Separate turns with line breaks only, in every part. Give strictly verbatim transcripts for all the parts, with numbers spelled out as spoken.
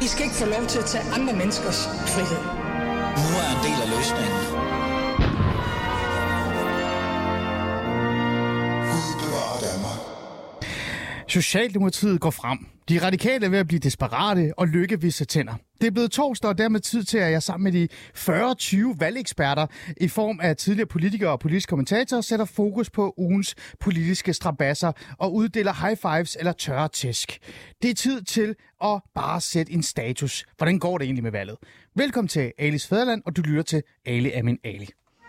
skal ikke få lov til at tage andre menneskers frihed.
Nu er en del af løsningen.
Socialdemokratiet går frem. De radikale er ved at blive desperate, og Løkke vil sætte tænder. Det er blevet torsdag, og dermed tid til, at jeg sammen med de fyrre tyve valgeksperter i form af tidligere politikere og politiske kommentatorer sætter fokus på ugens politiske strabasser og uddeler high fives eller tørre tæsk. Det er tid til at bare sætte en status. Hvordan går det egentlig med valget? Velkommen til Alis Fædreland, og du lytter til Ali er min Ali.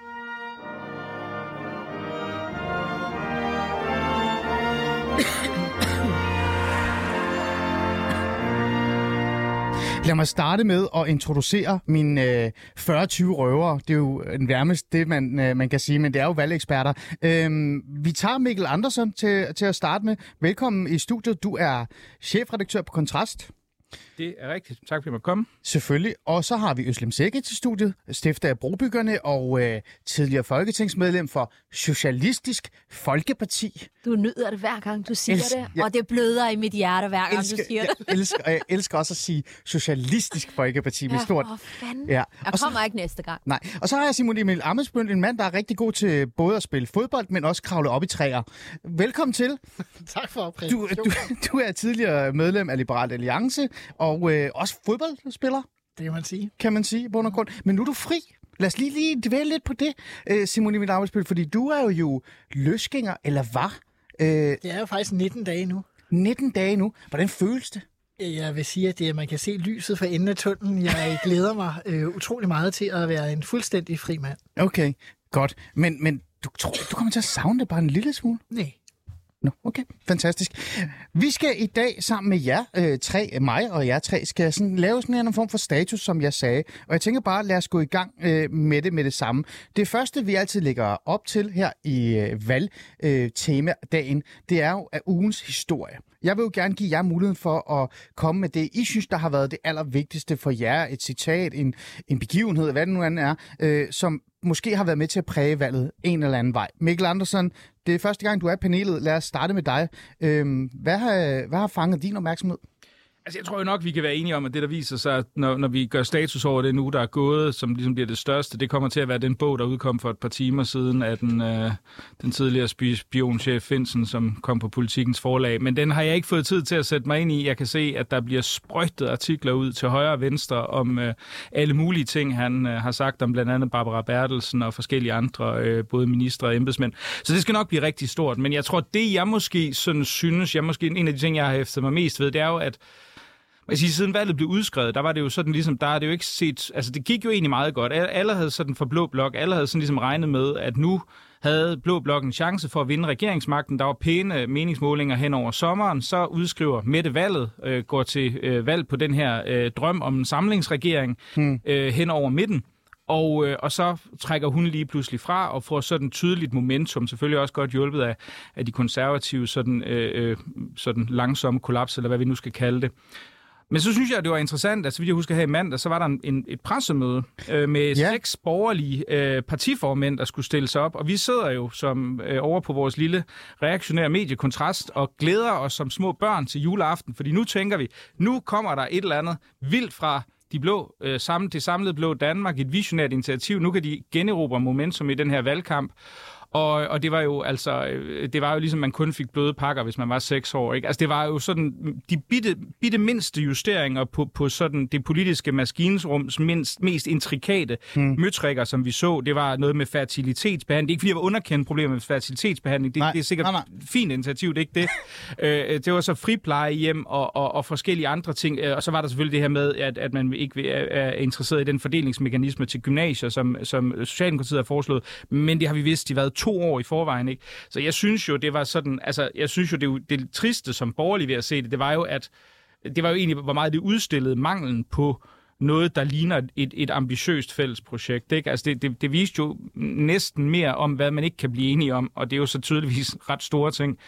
Lad mig starte med at introducere mine øh, fyrre tyve røvere. Det er jo nærmest det, man, øh, man kan sige, men det er jo valgeksperter. Øhm, vi tager Mikkel Andersen til, til at starte med. Velkommen i studiet. Du er chefredaktør på Kontrast.
Det er rigtigt. Tak fordi jeg måtte komme.
Selvfølgelig. Og så har vi Özlem Cekic til studiet, stifter af Brobyggerne og øh, tidligere folketingsmedlem for Socialistisk Folkeparti.
Du nyder det hver gang, du siger
Elsk-
det,
ja.
og det bløder i mit hjerte hver gang,
elsker,
du siger
jeg
det.
elsker, og jeg elsker også at sige Socialistisk Folkeparti med
Ja,
stort.
for fanden.
Ja.
Jeg
Og så-
kommer ikke næste gang.
Nej. Og så har jeg Simon Emil Ammitzbøll, en mand, der er rigtig god til både at spille fodbold, men også kravle op i træer. Velkommen til.
Tak for
Du, du, du er tidligere medlem af Liberal Alliance, og øh, også fodboldspiller,
Det kan man sige.
kan man sige, på grund af grund. Men nu er du fri. Lad os lige, lige dvæle lidt på det, øh, Simon Emil Ammitzbøll, fordi du er jo, jo løsgænger, eller var, øh,
Det er jo faktisk nitten dage nu.
nitten dage nu. Hvordan føles det?
Jeg vil sige, at det, er, at man kan se lyset fra enden af tunnelen. Jeg glæder mig øh, utrolig meget til at være en fuldstændig fri mand.
Okay, godt. Men, men du tror, du kommer til at savne det bare en lille smule?
Nej.
Nå, okay. Fantastisk. Vi skal i dag sammen med jer øh, tre, mig og jer tre, skal sådan, lave sådan en form for status, som jeg sagde. Og jeg tænker bare, lad os gå i gang øh, med det med det samme. Det første, vi altid lægger op til her i øh, valgtema-dagen, øh, det er jo af ugens historie. Jeg vil jo gerne give jer muligheden for at komme med det, I synes, der har været det allervigtigste for jer. Et citat, en, en begivenhed, hvad det nu end er, øh, som måske har været med til at præge valget en eller anden vej. Mikkel Andersen, det er første gang, du er i panelet. Lad os starte med dig. Øhm, hvad, har, hvad har fanget din opmærksomhed?
Altså, jeg tror jo nok, vi kan være enige om, at det, der viser sig, når, når vi gør status over det nu, der er gået, som ligesom bliver det største, det kommer til at være den bog, der udkom for et par timer siden af den, øh, den tidligere spionchef Finsen, som kom på Politikens forlag. Men den har jeg ikke fået tid til at sætte mig ind i. Jeg kan se, at der bliver sprøjtet artikler ud til højre og venstre om øh, alle mulige ting, han øh, har sagt om blandt andet Barbara Bertelsen og forskellige andre, øh, både ministre og embedsmænd. Så det skal nok blive rigtig stort. Men jeg tror, det jeg måske sådan synes, jeg måske en af de ting, jeg har hæftet mig mest ved, det er jo, at jeg siger, siden valget blev udskrevet, der var det jo sådan ligesom, der er det jo ikke set, altså det gik jo egentlig meget godt. Alle havde sådan for Blå Blok, alle havde sådan ligesom regnet med, at nu havde Blå Blok en chance for at vinde regeringsmagten. Der var pæne meningsmålinger hen over sommeren. Så udskriver Mette valget, øh, går til øh, valg på den her øh, drøm om en samlingsregering hmm. øh, hen over midten. Og, øh, og så trækker hun lige pludselig fra og får sådan tydeligt momentum, selvfølgelig også godt hjulpet af, af de konservative sådan, øh, sådan langsomme kollaps, eller hvad vi nu skal kalde det. Men så synes jeg, at det var interessant, at så vidt jeg husker her i mandag, så var der en, en, et pressemøde øh, med
Ja.
seks borgerlige øh, partiformænd, der skulle stille sig op. Og vi sidder jo som øh, over på vores lille reaktionære mediekontrast og glæder os som små børn til juleaften. Fordi nu tænker vi, nu kommer der et eller andet vildt fra de blå, øh, sammen, det samlede blå Danmark, et visionært initiativ. Nu kan de generobre momentum i den her valgkamp. Og, og det var jo altså, det var jo ligesom, man kun fik bløde pakker, hvis man var seks år, ikke? Altså det var jo sådan, de bitte, bitte mindste justeringer på, på sådan det politiske maskinrums mindst, mest intrikate hmm. møtrikker, som vi så. Det var noget med fertilitetsbehandling. Det er ikke fordi, jeg var underkendt problemer med fertilitetsbehandling. Det,
Nej.
det er sikkert
Nej, nej.
fint initiativ, det er ikke det. øh, det var så friplejehjem og, og, og forskellige andre ting. Og så var der selvfølgelig det her med, at, at man ikke er interesseret i den fordelingsmekanisme til gymnasier, som, som Socialdemokratiet har foreslået. Men det har vi vidst, de har været to år i forvejen, ikke? Så jeg synes jo, det var sådan, altså, jeg synes jo, det, det triste som borgerlig ved at se det, det var jo, at det var jo egentlig, hvor meget det udstillede manglen på noget, der ligner et, et ambitiøst fælles projekt, ikke? Altså, det, det, det viste jo næsten mere om, hvad man ikke kan blive enige om, og det er jo så tydeligvis ret store ting,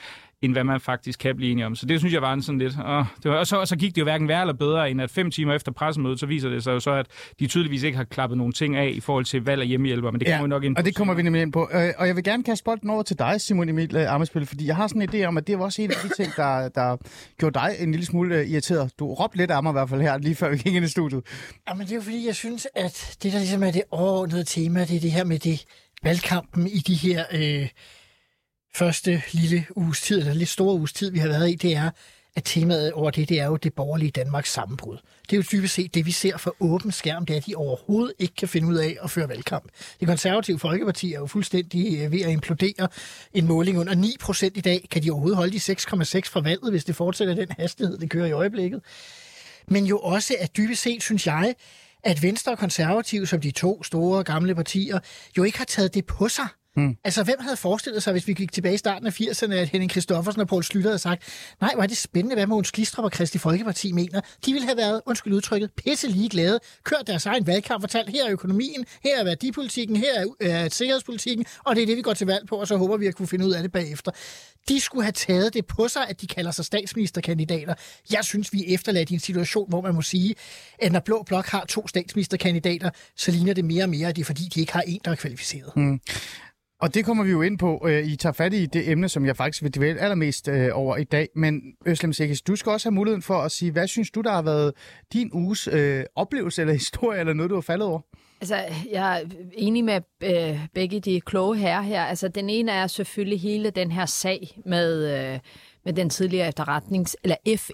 end hvad man faktisk kan blive enige om. Så det synes jeg var en sådan lidt... Åh, det var, og, så, og så gik det jo hverken værre eller bedre, end at fem timer efter pressemødet, så viser det sig jo så, at de tydeligvis ikke har klappet nogle ting af i forhold til valg af hjemmehjælpere, men det kommer
ja,
vi nok ind på.
Og det kommer vi nemlig ind på. Og jeg vil gerne kaste bolden over til dig, Simon Emil Ammitzbøll, fordi jeg har sådan en idé om, at det var også en af de ting, der, der gjorde dig en lille smule irriteret. Du råbte lidt af mig i hvert fald her, lige før vi gik ind i studiet.
Jamen det er jo fordi, jeg synes, at det der ligesom er det overordnede tema, det er det her med det valgkampen i de her øh, første lille uges tid, eller lidt store uges tid, vi har været i, det er, at temaet over det, det er jo det borgerlige Danmarks sammenbrud. Det er jo dybest set det, vi ser for åben skærm, det er, at de overhovedet ikke kan finde ud af at føre valgkamp. Det konservative Folkeparti er jo fuldstændig ved at implodere. En måling under ni procent i dag. Kan de overhovedet holde de seks komma seks fra valget, hvis det fortsætter den hastighed, det kører i øjeblikket? Men jo også, at dybest set, synes jeg, at Venstre og Konservative, som de to store gamle partier, jo ikke har taget det på sig. Hmm. Altså, hvem havde forestillet sig, hvis vi gik tilbage i starten af firserne, at Henning Christoffersen og Poul Schlüter havde sagt, nej, hvor er det spændende, hvad Mogens Glistrup og Kristi Folkeparti mener. De ville have været, undskyld udtrykket, pisse ligeglade, kørt deres egen valgkamp, fortalt, her er økonomien, her er værdipolitikken, her er øh, sikkerhedspolitikken, og det er det, vi går til valg på, og så håber vi at kunne finde ud af det bagefter. De skulle have taget det på sig, at de kalder sig statsministerkandidater. Jeg synes, vi er efterladt i en situation, hvor man må sige, at når Blå Blok har to statsministerkandidater, så ligner det mere og mere, at det er fordi, de ikke har en, der er kvalificeret. Hmm.
Og det kommer vi jo ind på. I tager fat i det emne, som jeg faktisk vil dvæle allermest øh, over i dag. Men Özlem Cekic, du skal også have muligheden for at sige, hvad synes du, der har været din uges øh, oplevelse eller historie, eller noget, du har faldet over?
Altså, jeg er enig med øh, begge de kloge herrer her. Altså, den ene er selvfølgelig hele den her sag med, øh, med den tidligere efterretnings... eller F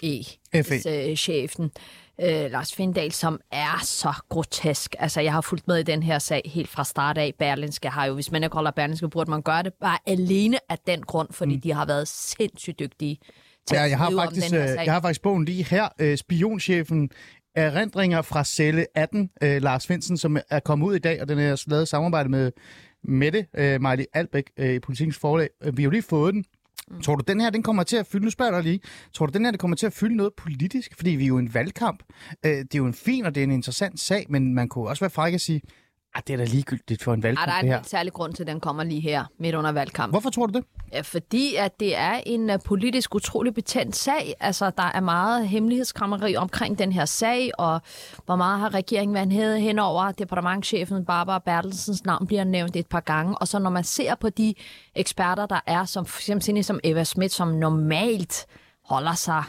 E-chefen. Øh, Lars Findahl, som er så grotesk. Altså, jeg har fulgt med i den her sag helt fra start af. Berlingske har jo, hvis man ikke holder Berlingske, burde man gøre det bare alene af den grund, fordi mm. de har været sindssygt dygtige til
ja,
at
jeg har faktisk,
om den her sag.
Jeg har faktisk bogen lige her. Øh, spionchefen erindringer fra celle atten, øh, Lars Findsen, som er kommet ud i dag, og den er lavet samarbejde med Mette øh, Marley Albæk øh, i Politikens Forlag. Vi har jo lige fået den. Mm. Tror du, den her den kommer til at fylde, nu spørger jeg dig lige, tror du, den her den kommer til at fylde noget politisk? Fordi vi er jo en valgkamp. Øh, det er jo en fin og det er en interessant sag, men man kunne også være fræk at sige, at det er da ligegyldigt for en valgkamp,
det her.
Der er
en særlig grund til, at den kommer lige her, midt under valgkamp.
Hvorfor tror du det?
Ja, fordi at det er en uh, politisk utrolig betændt sag. Altså, der er meget hemmelighedskrammeri omkring den her sag, og hvor meget har regeringen været henover. Departementschefen Barbara Bertelsens navn bliver nævnt et par gange. Og så når man ser på de eksperter, der er, som for eksempel som Eva Smith, som normalt holder sig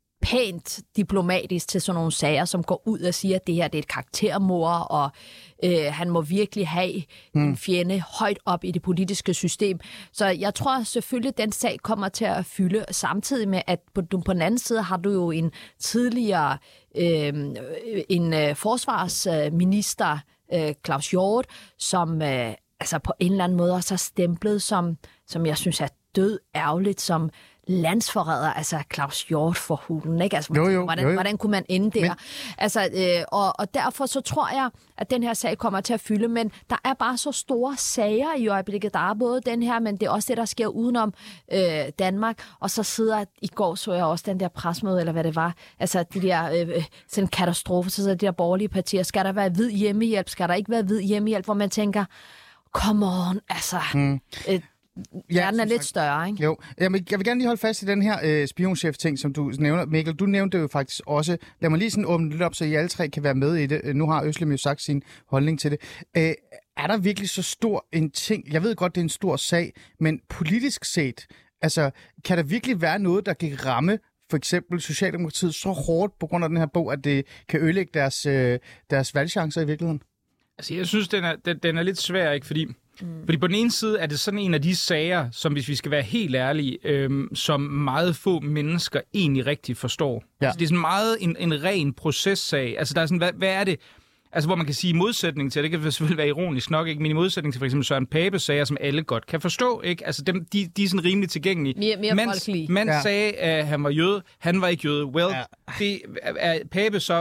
pænt diplomatisk til sådan nogle sager, som går ud og siger, at det her det er et karaktermord, og øh, han må virkelig have mm. en fjende højt op i det politiske system. Så jeg tror selvfølgelig, at den sag kommer til at fylde, samtidig med, at på, på den anden side har du jo en tidligere øh, en øh, forsvarsminister, øh, Claus Hjort, som øh, altså på en eller anden måde også har stemplet som, som jeg synes er død ærgerligt, som landsforræder, altså Claus Hjort for hulen, ikke? Altså,
jo, jo,
hvordan,
jo, jo.
hvordan kunne man ende der?
Men...
Altså, øh, og, og derfor så tror jeg, at den her sag kommer til at fylde, men der er bare så store sager i øjeblikket. Der er både den her, men det er også det, der sker udenom øh, Danmark. Og så sidder, i går så jeg også den der presmøde, eller hvad det var, altså de der, øh, sådan en katastrofe, så sidder de der borgerlige partier, skal der være hvid hjemmehjælp, skal der ikke være hvid hjemmehjælp, hvor man tænker, come on, altså... Hmm. Øh, Ja, den er lidt større, ikke?
Jo. Jamen, jeg vil gerne lige holde fast i den her øh, spionchef-ting, som du nævner. Mikkel, du nævnte det jo faktisk også. Lad mig lige sådan åbne lidt op, så I alle tre kan være med i det. Nu har Özlem jo sagt sin holdning til det. Øh, er der virkelig så stor en ting? Jeg ved godt, det er en stor sag, men politisk set, altså, kan der virkelig være noget, der kan ramme for eksempel Socialdemokratiet så hårdt på grund af den her bog, at det kan ødelægge deres, øh, deres valgchancer i virkeligheden?
Altså, jeg synes, den er, den, den er lidt svær, ikke? Fordi Mm. Fordi på den ene side er det sådan en af de sager, som hvis vi skal være helt ærlige, øhm, som meget få mennesker egentlig rigtig forstår. Ja. Altså, det er sådan meget en, en ren processag. Altså der er sådan, hvad, hvad er det? Altså hvor man kan sige i modsætning til, det kan selvfølgelig være ironisk nok, ikke? Men i modsætning til for eksempel Søren Papes sager, som alle godt kan forstå, ikke? Altså dem, de, de er sådan rimelig tilgængelige.
Mere, mere
man,
folkelige.
Man
ja.
sagde, at han var jøde, han var ikke jøde. Well, ja. det er Pape så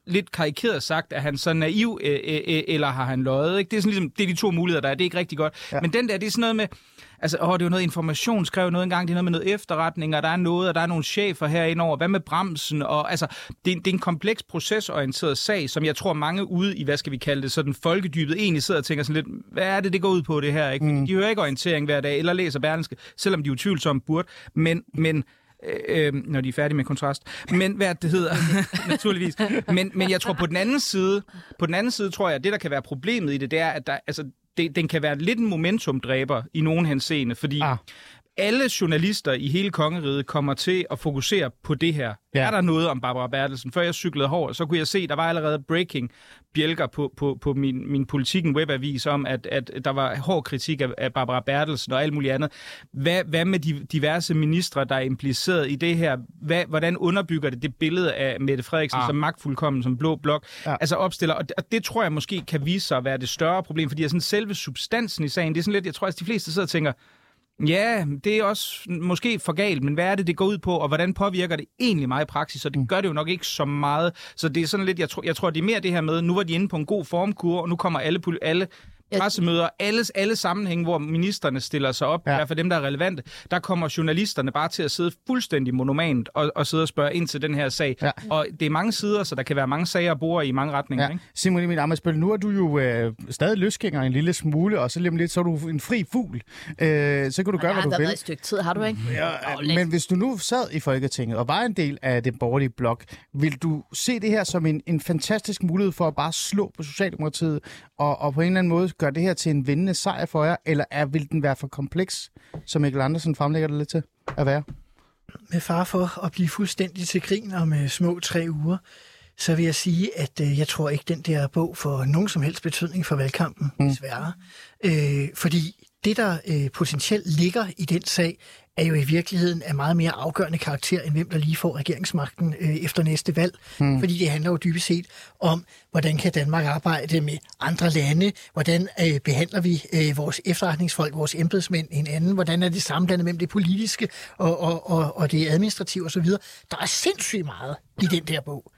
lidt karikeret sagt, at han så naiv, øh, øh, eller har han løjet, ikke? Det er sådan ligesom, det er de to muligheder, der er. Det er ikke rigtig godt. Ja. Men den der, det er sådan noget med, altså, åh, det er jo noget information, skrev noget engang, det er noget med noget efterretning, og der er noget, og der er nogle chefer herinde over. Hvad med bremsen? Og altså, det, det er en kompleks procesorienteret sag, som jeg tror mange ude i, hvad skal vi kalde det, sådan folkedybet egentlig sidder og tænker sådan lidt, hvad er det, det går ud på det her, ikke? Mm. De hører ikke orientering hver dag, eller læser Berlingske, selvom de utvivlsomt burde, men, men Øh, når de er færdige med kontrast. Men hvad det hedder, naturligvis. Men, men jeg tror på den anden side, på den anden side tror jeg, at det, der kan være problemet i det, det er, at der, altså, det, den kan være lidt en momentumdræber i nogen henseende, fordi ah. alle journalister i hele kongeriget kommer til at fokusere på det her. Ja. Er der noget om Barbara Bertelsen? Før jeg cyklede hårdt, så kunne jeg se, at der var allerede breaking bjælker på, på, på min, min Politiken webavis om, at, at der var hård kritik af, af Barbara Bertelsen og alt muligt andet. Hvad, hvad med de diverse ministre, der er impliceret i det her? Hvad, hvordan underbygger det det billede af Mette Frederiksen ah. som magtfuldkommen, som blå blok? Ja. Altså opstiller, og det, og det tror jeg måske kan vise sig at være det større problem, fordi sådan selve substansen i sagen, det er sådan lidt, jeg tror, at de fleste sidder og tænker, ja, det er også måske for galt, men hvad er det, det går ud på, og hvordan påvirker det egentlig mig i praksis? Og det gør det jo nok ikke så meget. Så det er sådan lidt, jeg tror, jeg tror det er mere det her med, nu var de inde på en god formkur, og nu kommer alle, alle pressemøder, alle, alle sammenhænge, hvor ministerne stiller sig op, ja. I hvert fald dem, der er relevante, der kommer journalisterne bare til at sidde fuldstændig monomant og, og sidde og spørge ind til den her sag. Ja. Og det er mange sider, så der kan være mange sager at bore i mange retninger. Ja. Ikke?
Simon Emil Ammitzbøll, nu er du jo øh, stadig løsgænger en lille smule, og så lige om lidt, så er du en fri fugl. Øh, så kan du gøre, hvad du vil.
Jeg har været et stykke tid, har du ikke?
Ja, men hvis du nu sad i Folketinget og var en del af det borgerlige blok, vil du se det her som en, en fantastisk mulighed for at bare slå på Socialdemokratiet og, og på en eller anden måde gøre det her til en vindende sejr for jer, eller er, vil den være for kompleks, som Mikkel Andersen fremlægger det lidt til at være?
Med far for at blive fuldstændig til grin om uh, små tre uger, så vil jeg sige, at uh, jeg tror ikke, den der bog får nogen som helst betydning for valgkampen, mm. desværre. Uh, fordi det, der uh, potentielt ligger i den sag, er jo i virkeligheden af meget mere afgørende karakter, end hvem der lige får regeringsmagten øh, efter næste valg. Hmm. Fordi det handler jo dybest set om, hvordan kan Danmark arbejde med andre lande, hvordan øh, behandler vi øh, vores efterretningsfolk, vores embedsmænd hinanden, hvordan er det sammenblandet mellem det politiske og, og, og, og det administrative osv. Der er sindssygt meget i den der bog.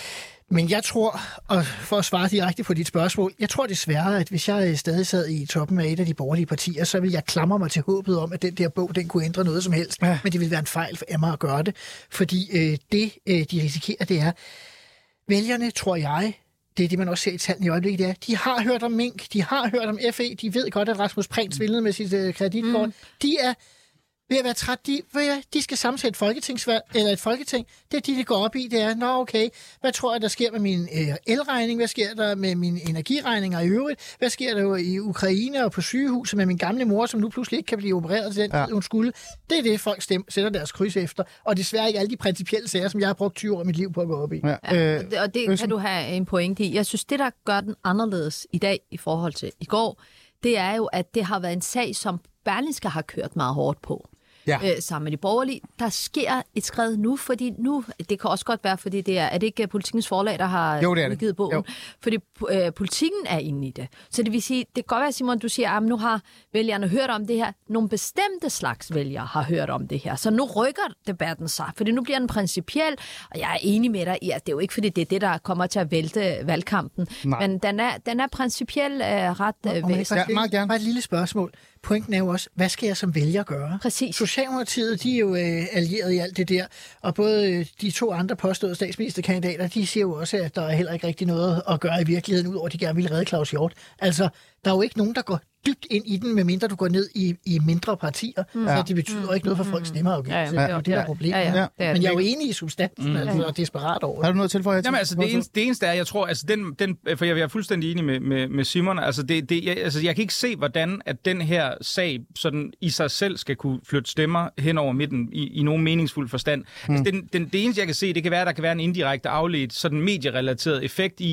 Men jeg tror, og for at svare direkte på dit spørgsmål, jeg tror desværre, at hvis jeg stadig sad i toppen af et af de borgerlige partier, så ville jeg klamre mig til håbet om, at den der bog, den kunne ændre noget som helst. Ja. Men det ville være en fejl for Emma at gøre det. Fordi øh, det, øh, de risikerer, det er, vælgerne, tror jeg, det er det, man også ser i tallene i øjeblikket, det er, de har hørt om Mink, de har hørt om F E, de ved godt, at Rasmus Prehn svindlede med sit øh, kreditkort. Mm. De er ved at være træt, de, de skal sammensætte et folketingsvalg, eller et folketing. Det er de, de går op i, det er, nå okay, hvad tror jeg, der sker med min øh, elregning? Hvad sker der med mine energiregninger i øvrigt? Hvad sker der jo i Ukraine og på sygehuset med min gamle mor, som nu pludselig ikke kan blive opereret til den ja. hun skulle? Det er det, folk stem, sætter deres kryds efter. Og desværre ikke alle de principielle sager, som jeg har brugt tyve år af mit liv på at gå op i. Ja.
Ja, og det, og det kan du have en pointe i. Jeg synes, det, der gør den anderledes i dag i forhold til i går, det er jo, at det har været en sag, som Berlingske har kørt meget hårdt på. Ja. Øh, sammen med de borgerlige. Der sker et skred nu, fordi nu, det kan også godt være, fordi det er, er det ikke Politikens forlag, der har jo, det er udgivet bogen? Jo. Fordi øh, Politikken er inde i det. Så det vil sige, det kan godt være, Simon, du siger, at nu har vælgerne hørt om det her. Nogle bestemte slags vælgere har hørt om det her. Så nu rykker debatten sig, fordi nu bliver den principiel, og jeg er enig med dig i, at det er jo ikke, fordi det er det, der kommer til at vælte valgkampen. Nej. Men den er, den er principiel øh, ret øh, væsentlig.
Ja, meget gerne. Bare et lille spørgsmål. Pointen er jo også, hvad skal jeg som vælger gøre?
Præcis.
Socialdemokratiet, de er jo øh, allieret i alt det der, og både øh, de to andre påståede statsministerkandidater, de siger jo også, at der er heller ikke rigtig noget at gøre i virkeligheden, udover at de gerne vil redde Claus Hjort. Altså, der er jo ikke nogen, der går dybt ind i den, medmindre du går ned i, i mindre partier. Mm. Så det betyder mm. ikke noget for folks stemmeafgivelse. Ja, ja, det er det, der er problemet. Ja, ja. Ja. Men jeg er jo enig i substansen, mm. altså, og desperat over.
Har du noget til for jer?
Jamen, altså, det, eneste, det eneste er, jeg tror, altså, den, den, for jeg er fuldstændig enig med, med, med Simon, altså, det, det, jeg, altså, jeg kan ikke se, hvordan at den her sag sådan i sig selv skal kunne flytte stemmer hen over midten i, i nogen meningsfuld forstand. Mm. Altså, den, den, det eneste, jeg kan se, det kan være, at der kan være en indirekte afledt, sådan medierelateret effekt i,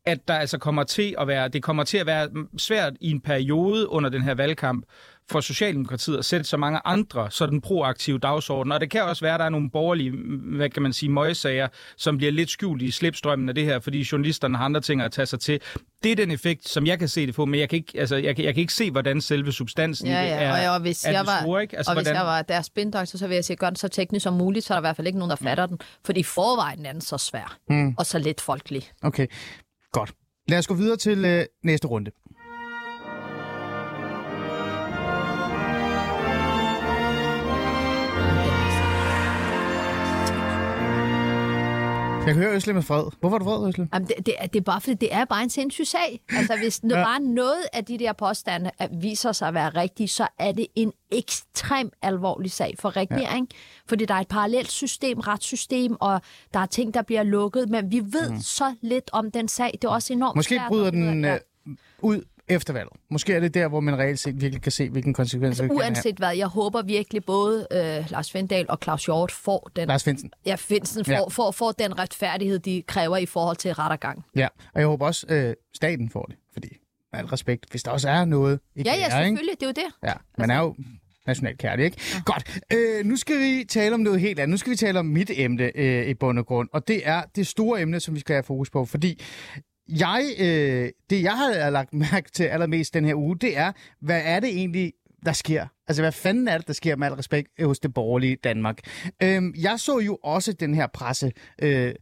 at der altså kommer til at være, det kommer til at være svært i en periode under den her valgkamp for Socialdemokratiet at sætte så mange andre sådan proaktive dagsordner. Og det kan også være, at der er nogle borgerlige, hvad kan man sige, møgsager, som bliver lidt skjult i slipstrømmen af det her, fordi journalisterne har andre ting at tage sig til. Det er den effekt, som jeg kan se det på, men jeg kan ikke, altså, jeg kan, jeg kan ikke se, hvordan selve substansen
ja, ja.
er,
og, ja, og hvis,
er
jeg var,
store, ikke? Altså,
og
hvordan...
hvis jeg var deres spindoktor, så vil jeg sige, gør den så teknisk som muligt, så er der i hvert fald ikke nogen, der fatter den, fordi forvejen er den så svær, mm. og så lidt folkelig.
Okay, godt. Lad os gå videre til øh, næste runde. Jeg kan høre Øslem er fred. Hvorfor er du vred, Øslem?
Jamen, det, det, det er bare fordi, det er bare en sindssyg sag. Altså, hvis ja. bare noget af de der påstande viser sig at være rigtige, så er det en ekstrem alvorlig sag for regeringen. Ja. Fordi der er et parallelt system, retssystem, og der er ting, der bliver lukket. Men vi ved mm. så lidt om den sag. Det er også enormt
Måske
svært.
bryder den øh, ud efter valget. Måske er det der, hvor man reelt set virkelig kan se, hvilken konsekvenser
altså,
det kan have.
Uanset hvad, jeg håber virkelig både øh, Lars Findahl og Claus Hjort får den...
Lars Findsen.
Ja, Findsen får, ja. får, får den retfærdighed, de kræver i forhold til rettergang.
Ja, og jeg håber også, øh, staten får det. Fordi, med al respekt, hvis der også er noget...
Ikke ja, ja, selvfølgelig. Ikke? Det er jo det.
Ja, man er jo nationalt kærlig, ikke? Ja. Godt. Øh, nu skal vi tale om noget helt andet. Nu skal vi tale om mit emne øh, i bund og grund. Og det er det store emne, som vi skal have fokus på. Fordi... Jeg, øh, det, jeg har lagt mærke til allermest den her uge, det er, hvad er det egentlig, der sker? Altså, hvad fanden er det, der sker med al respekt hos det borgerlige Danmark? Øhm, jeg så jo også den her presse... Øh,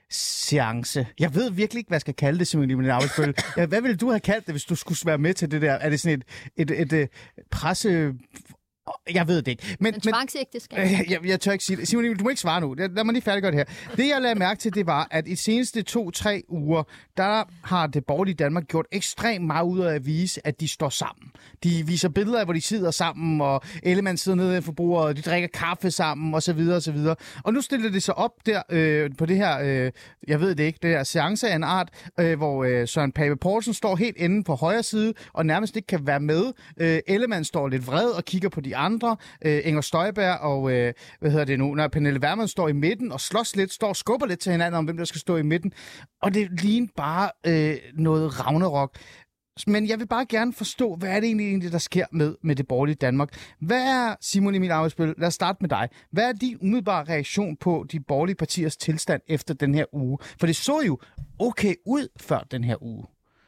seance. Jeg ved virkelig ikke, hvad jeg skal kalde det, Simon Emil Ammitzbøll. Ja, hvad ville du have kaldt det, hvis du skulle være med til det der? Er det sådan et, et, et, et presse... Jeg ved det ikke. Men,
en tvangsægteskab.
Men, jeg, jeg, jeg tør ikke sige det. Simon, du må ikke svare nu. Lad mig lige færdiggøre det her. Det, jeg lagde mærke til, det var, at i de seneste to-tre uger, der har det borgerlige Danmark gjort ekstremt meget ud af at vise, at de står sammen. De viser billeder af, hvor de sidder sammen, og Ellemann sidder nede for bordet, og de drikker kaffe sammen, osv. osv. Og nu stiller det sig op der øh, på det her, øh, jeg ved det ikke, det her seance af en art, øh, hvor øh, Søren Pape Poulsen står helt inde på højre side, og nærmest ikke kan være med. Øh, Ellemann står lidt vred og kigger på de andre. Øh, Inger Støjberg og, øh, hvad hedder det nu, når Pernille Vermund står i midten og slås lidt, står og skubber lidt til hinanden om, hvem der skal stå i midten. Og det ligner bare øh, noget Ragnarok. Men jeg vil bare gerne forstå, hvad er det egentlig, der sker med, med det borgerlige Danmark? Hvad er, Simon Emil Ammitzbøll, lad os starte med dig. Hvad er din umiddelbare reaktion på de borgerlige partiers tilstand efter den her uge? For det så jo okay ud før den her uge.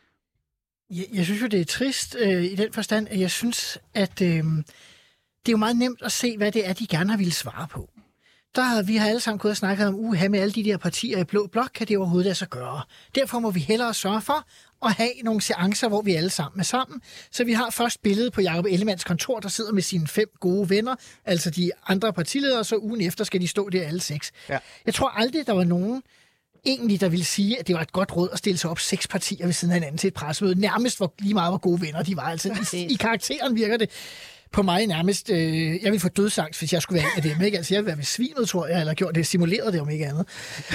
Jeg, jeg synes jo, det er trist øh, i den forstand, at jeg synes, at øh, det er jo meget nemt at se, hvad det er, de gerne har ville svare på. Der har vi har alle sammen gået og snakket om, uha, med alle de der partier i blå blok, kan det overhovedet lade sig gøre. Derfor må vi hellere sørge for at have nogle seancer, hvor vi alle sammen er sammen. Så vi har først billedet på Jakob Ellemanns kontor, der sidder med sine fem gode venner, altså de andre partiledere, så ugen efter skal de stå der alle seks. Ja. Jeg tror aldrig, der var nogen egentlig, der ville sige, at det var et godt råd at stille sig op seks partier ved siden af hinanden til et pressemøde. Nærmest hvor lige meget hvor gode venner de var. Altså, i, i karakteren virker det på mig nærmest... Øh, jeg ville få dødsangst, hvis jeg skulle være en af dem. Ikke? Altså, jeg ville være besvimet, tror jeg, eller gjort det, simuleret det om ikke andet.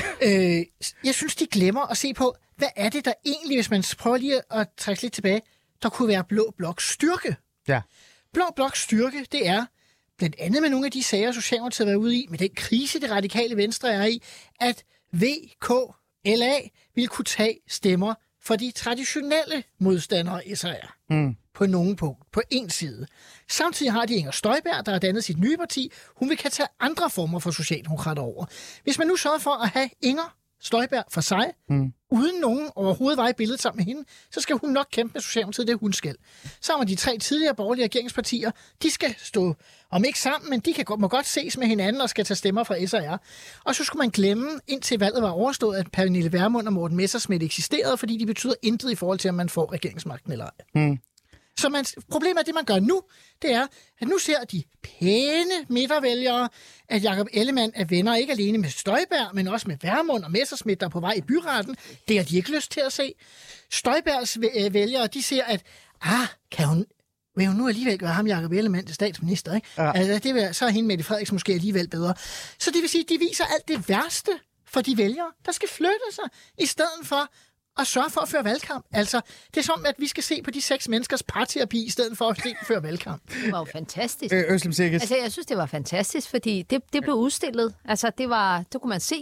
øh, jeg synes, de glemmer at se på, hvad er det, der egentlig, hvis man prøver lige at trække lidt tilbage, der kunne være blå bloks styrke. Ja. Blå bloks styrke, det er blandt andet med nogle af de sager, Socialdemokratiet har været ude i, med den krise, det radikale venstre er i, at V K L A vil kunne tage stemmer for de traditionelle modstandere af S R R. Mm. På nogen punkt, på en side. Samtidig har de Inger Støjberg, der har dannet sit nye parti. Hun vil kan tage andre former for socialdemokrater over. Hvis man nu sørger for at have Inger Støjberg for sig, mm. uden nogen overhovedet var i billedet sammen med hende, så skal hun nok kæmpe med Socialdemokratiet, det hun skal. Sammen med de tre tidligere borgerlige regeringspartier, de skal stå, om ikke sammen, men de kan, må godt ses med hinanden og skal tage stemmer fra S R R. Og så skulle man glemme, indtil valget var overstået, at Pernille Vermund og Morten Messerschmidt eksisterede, fordi de betyder intet i forhold til, om man får regeringsmagten eller ej. Mm. Så man, problemet er, det man gør nu, det er, at nu ser de pæne midtervælgere, at Jakob Ellemann er venner ikke alene med Støjberg, men også med Vermund og Messerschmidt, der er på vej i byretten. Det har de ikke lyst til at se. Støjbergs vælgere, de ser, at ah, kan hun, vil hun nu alligevel gøre ham Jakob Ellemann til statsminister, ikke? Ja. Altså, det vil, så er hende Mette Frederiksen måske alligevel bedre. Så det vil sige, at de viser alt det værste for de vælgere, der skal flytte sig, i stedet for og sørge for at føre valgkamp. Altså, det er som, at vi skal se på de seks menneskers parterapi, i stedet for at se føre valgkamp.
Det var jo fantastisk.
Øh, Øslem Sikkes.
Altså, jeg synes, det var fantastisk, fordi det, det blev udstillet. Altså, det var, så kunne man se det.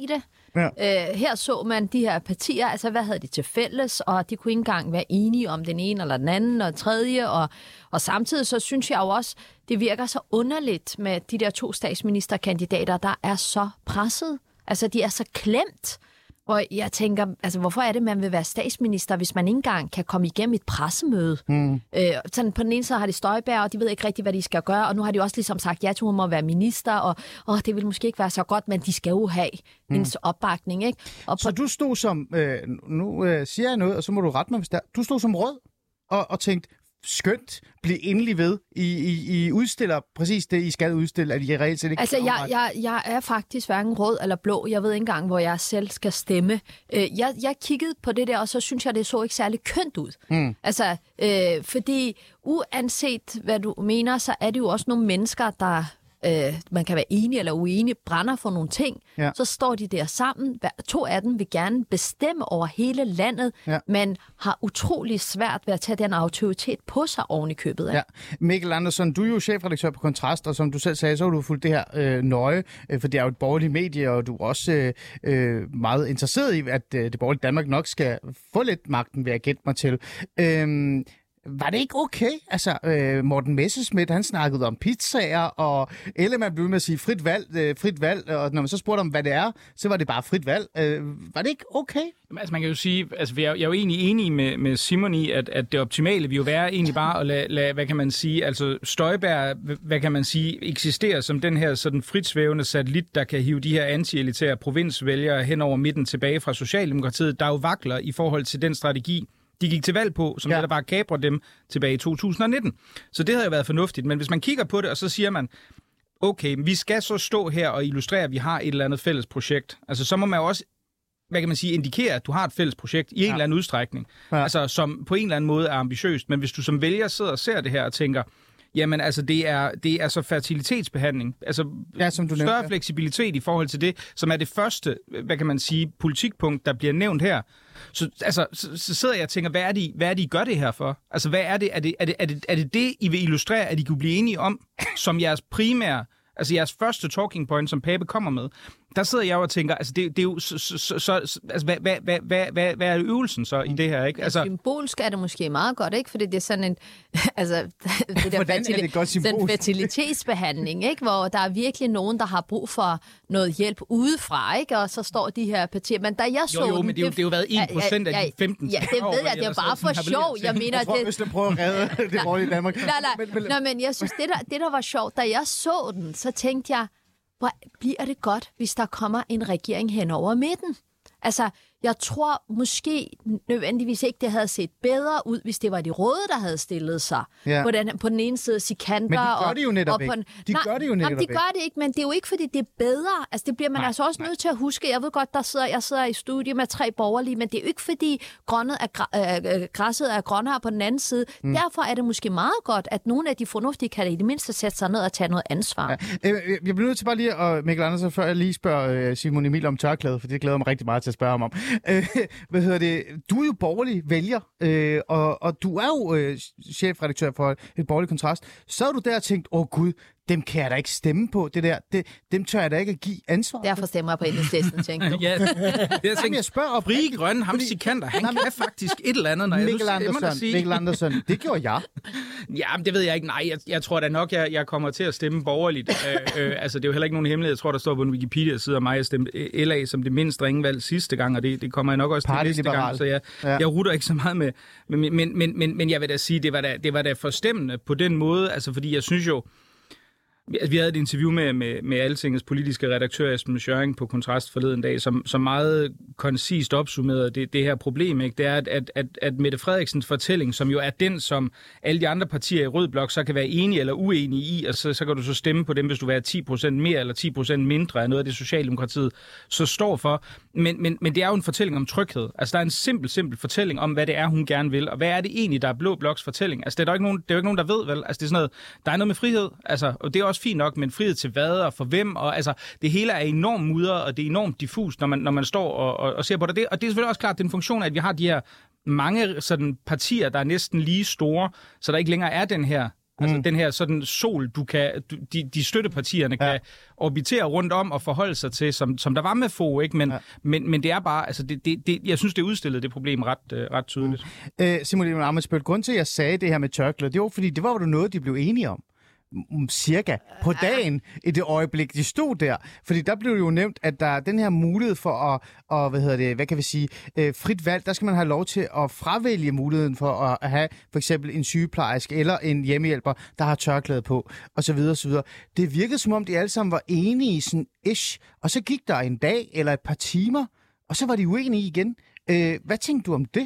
Ja. Øh, her så man de her partier, altså hvad havde de til fælles, og de kunne ikke engang være enige om den ene eller den anden og tredje, og, og samtidig så synes jeg jo også, det virker så underligt med de der to statsministerkandidater, der er så presset. Altså, de er så klemt. Og jeg tænker, altså, hvorfor er det, man vil være statsminister, hvis man ikke engang kan komme igennem et pressemøde? Mm. Øh, sådan på den ene side har de Støjberg, og de ved ikke rigtig, hvad de skal gøre, og nu har de også ligesom sagt, ja, hun må være minister, og åh, det vil måske ikke være så godt, men de skal jo have mm. en opbakning, ikke? Og på...
Så du stod som, øh, nu øh, siger jeg noget, og så må du rette mig, hvis der, du stod som rød og, og tænkte, skønt, bliv endelig ved. I, I, I udstiller præcis det, I skal udstille, at I reelt set ikke...
Altså, jeg, jeg, jeg er faktisk hverken rød eller blå. Jeg ved ikke engang, hvor jeg selv skal stemme. Jeg, jeg kiggede på det der, og så synes jeg, det så ikke særlig kønt ud. Mm. Altså, øh, fordi uanset hvad du mener, så er det jo også nogle mennesker, der... Øh, man kan være enig eller uenig, brænder for nogle ting, ja. Så står de der sammen. To af dem vil gerne bestemme over hele landet, ja. Men har utrolig svært ved at tage den autoritet på sig oven i købet af.
Ja. Mikkel Andersen, du er jo chefredaktør på Kontrast, og som du selv sagde, så har du fulgt det her øh, nøje, øh, for det er jo et borgerligt medie, og du er også øh, meget interesseret i, at øh, det borgerlige Danmark nok skal få lidt magten, ved at gætte mig til. Øh, Var det ikke okay? Altså, øh, Morten Messerschmidt, han snakkede om pizzaer, og Ellemann blev med at sige frit valg, øh, frit valg, og når man så spurgte om, hvad det er, så var det bare frit valg. Øh, var det ikke okay?
Altså, man kan jo sige, altså, jeg, jeg er jo egentlig enig med, med Simon i, at, at det optimale vil jo være egentlig bare at lade, lade, hvad kan man sige, altså Støjberg, hvad kan man sige, eksisterer som den her sådan fritsvævende satellit, der kan hive de her anti-elitære provinsvælgere hen over midten tilbage fra Socialdemokratiet, der jo vakler i forhold til den strategi, de gik til valg på, som ja. Der bare kaprer dem tilbage i to tusind og nitten. Så det havde jo været fornuftigt. Men hvis man kigger på det, og så siger man, okay, vi skal så stå her og illustrere, at vi har et eller andet fælles projekt. Altså, så må man jo også, hvad kan man sige, indikere, at du har et fælles projekt i en ja. Eller anden udstrækning. Ja. Altså, som på en eller anden måde er ambitiøst. Men hvis du som vælger sidder og ser det her og tænker, jamen altså, det er, det er så fertilitetsbehandling. Altså, ja, som du større nævnte, ja. Fleksibilitet i forhold til det, som er det første, hvad kan man sige, politikpunkt, der bliver nævnt her. Så, altså, så, så sidder jeg og tænker, hvad er, det, hvad er det, I gør det her for? Altså, hvad er det? Er det er det, er det, er det, det I vil illustrere, at I kunne blive enige om, som jeres primære, altså jeres første talking point, som Pape kommer med? Der sidder jeg og tænker, altså det, det er jo så, så, så, så altså hvad, hvad, hvad, hvad, hvad, hvad er øvelsen så i det her, ikke? Altså,
ja, symbolsk er det måske meget godt, ikke? Fordi det er sådan en, altså det der
fertili- det godt
den fertilitetsbehandling, ikke? Hvor der er virkelig nogen, der har brug for noget hjælp udefra, ikke? Og så står de her partier, men da jeg så
jo, jo,
den,
men det, det, det er jo været en procent af de femten.
Ja, det ved jeg, det er bare for sjov. Jeg mener,
jeg tror,
det...
hvis du prøver at redde det borgerlige Danmark.
Nej, nej, men, men... nej, men jeg synes, det der, det der var sjovt, da jeg så den, så tænkte jeg, hvor bliver det godt, hvis der kommer en regering hen over midten? Altså, jeg tror måske nødvendigvis ikke, det havde set bedre ud, hvis det var de røde, der havde stillet sig. Ja. På, den, på den ene side Sikander.
Men de gør det jo netop ikke. De
nej,
gør det jo netop
nej, de gør det ikke, men det er jo ikke, fordi det er bedre. Altså, det bliver man nej, altså også nej. nødt til at huske. Jeg ved godt, der sidder, jeg sidder i studiet med tre borgerlige, men det er jo ikke, fordi grønnet er, øh, græsset er grønnere på den anden side. Mm. Derfor er det måske meget godt, at nogle af de fornuftige kan i det mindste sætte sig ned og tage noget ansvar.
Ja. Jeg bliver nødt til bare lige at, Mikkel Andersen, før jeg lige spørger Simon Emil om tørklæde, for det glæder mig rigtig meget til at spørge ham om. Øh, hvad hedder det? Du er jo borgerlig vælger, øh, og, og du er jo øh, chefredaktør for et borgerligt Kontrast. Så er du der og tænkt, åh gud, dem kan jeg da ikke stemme på, det der. Det, dem tør jeg da ikke at give ansvar.
Derfor stemmer jeg på Enhedslisten, tænker du.
Ja, det er
tænkt, jeg spørger op.
Frie Grønne, ham Sikander, han nej, kan faktisk et eller andet, når
Mikkel
jeg
nu stemmer sige. Mikkel Andersen, det gjorde jeg.
Ja, men det ved jeg ikke. Nej, jeg, jeg tror da nok, jeg, jeg kommer til at stemme borgerligt. øh, øh, altså, det er jo heller ikke nogen hemmelighed. Jeg tror, der står på en Wikipedia-side af mig, jeg stemte L A som det mindst ringe valg sidste gang, og det, det kommer jeg nok også til næste gang, så jeg, ja. jeg rutter ikke så meget med. Men, men, men, men, men jeg vil da sige, det var da, det var da forstemmende på den måde, altså fordi jeg synes jo, vi havde et interview med, med, med Altingets politiske redaktør Esben Schøring på Kontrast forleden dag, som, som meget koncist opsummerede det, det her problem. Ikke? Det er, at, at, at, at Mette Frederiksens fortælling, som jo er den, som alle de andre partier i Rød Blok så kan være enige eller uenige i, og så, så kan du så stemme på dem, hvis du vil have ti procent mere eller ti procent mindre af noget af det, Socialdemokratiet så står for. Men, men, men det er jo en fortælling om tryghed. Altså, der er en simpel, simpel fortælling om, hvad det er, hun gerne vil. Og hvad er det egentlig, der er Blå Bloks fortælling? Altså, det er der ikke nogen, det er jo ikke nogen, der ved, vel? Altså, det er sådan noget, der er noget med frihed, altså, og det er også fint nok, men frihed til hvad og for hvem, og altså, det hele er enormt mudret, og det er enormt diffust, når man, når man står og, og, og ser på det. Og det er selvfølgelig også klart, den funktion, at vi har de her mange sådan partier, der er næsten lige store, så der ikke længere er den her Altså
Mm.
den her sådan sol, du kan, du, de, de støttepartierne ja. kan orbitere rundt om og forholde sig til, som, som der var med få, ikke? Men, ja. men, men det er bare, altså det, det, det, jeg synes, det udstillede det problem ret, øh, ret tydeligt.
Mm. Øh, Simon Emil Ammitzbøll, grund til, at jeg sagde det her med tørklæder, det var fordi, det var jo noget, de blev enige om. Cirka på dagen i det øjeblik, de stod der. Fordi der blev jo nævnt, at der er den her mulighed for at, og, hvad hedder det, hvad kan vi sige, øh, frit valg. Der skal man have lov til at fravælge muligheden for at have for eksempel en sygeplejerske eller en hjemmehjælper, der har tørklæde på, og så videre, og så videre. Det virkede som om, de alle sammen var enige i sådan ish, og så gik der en dag eller et par timer, og så var de uenige igen. Øh, hvad tænkte du om det?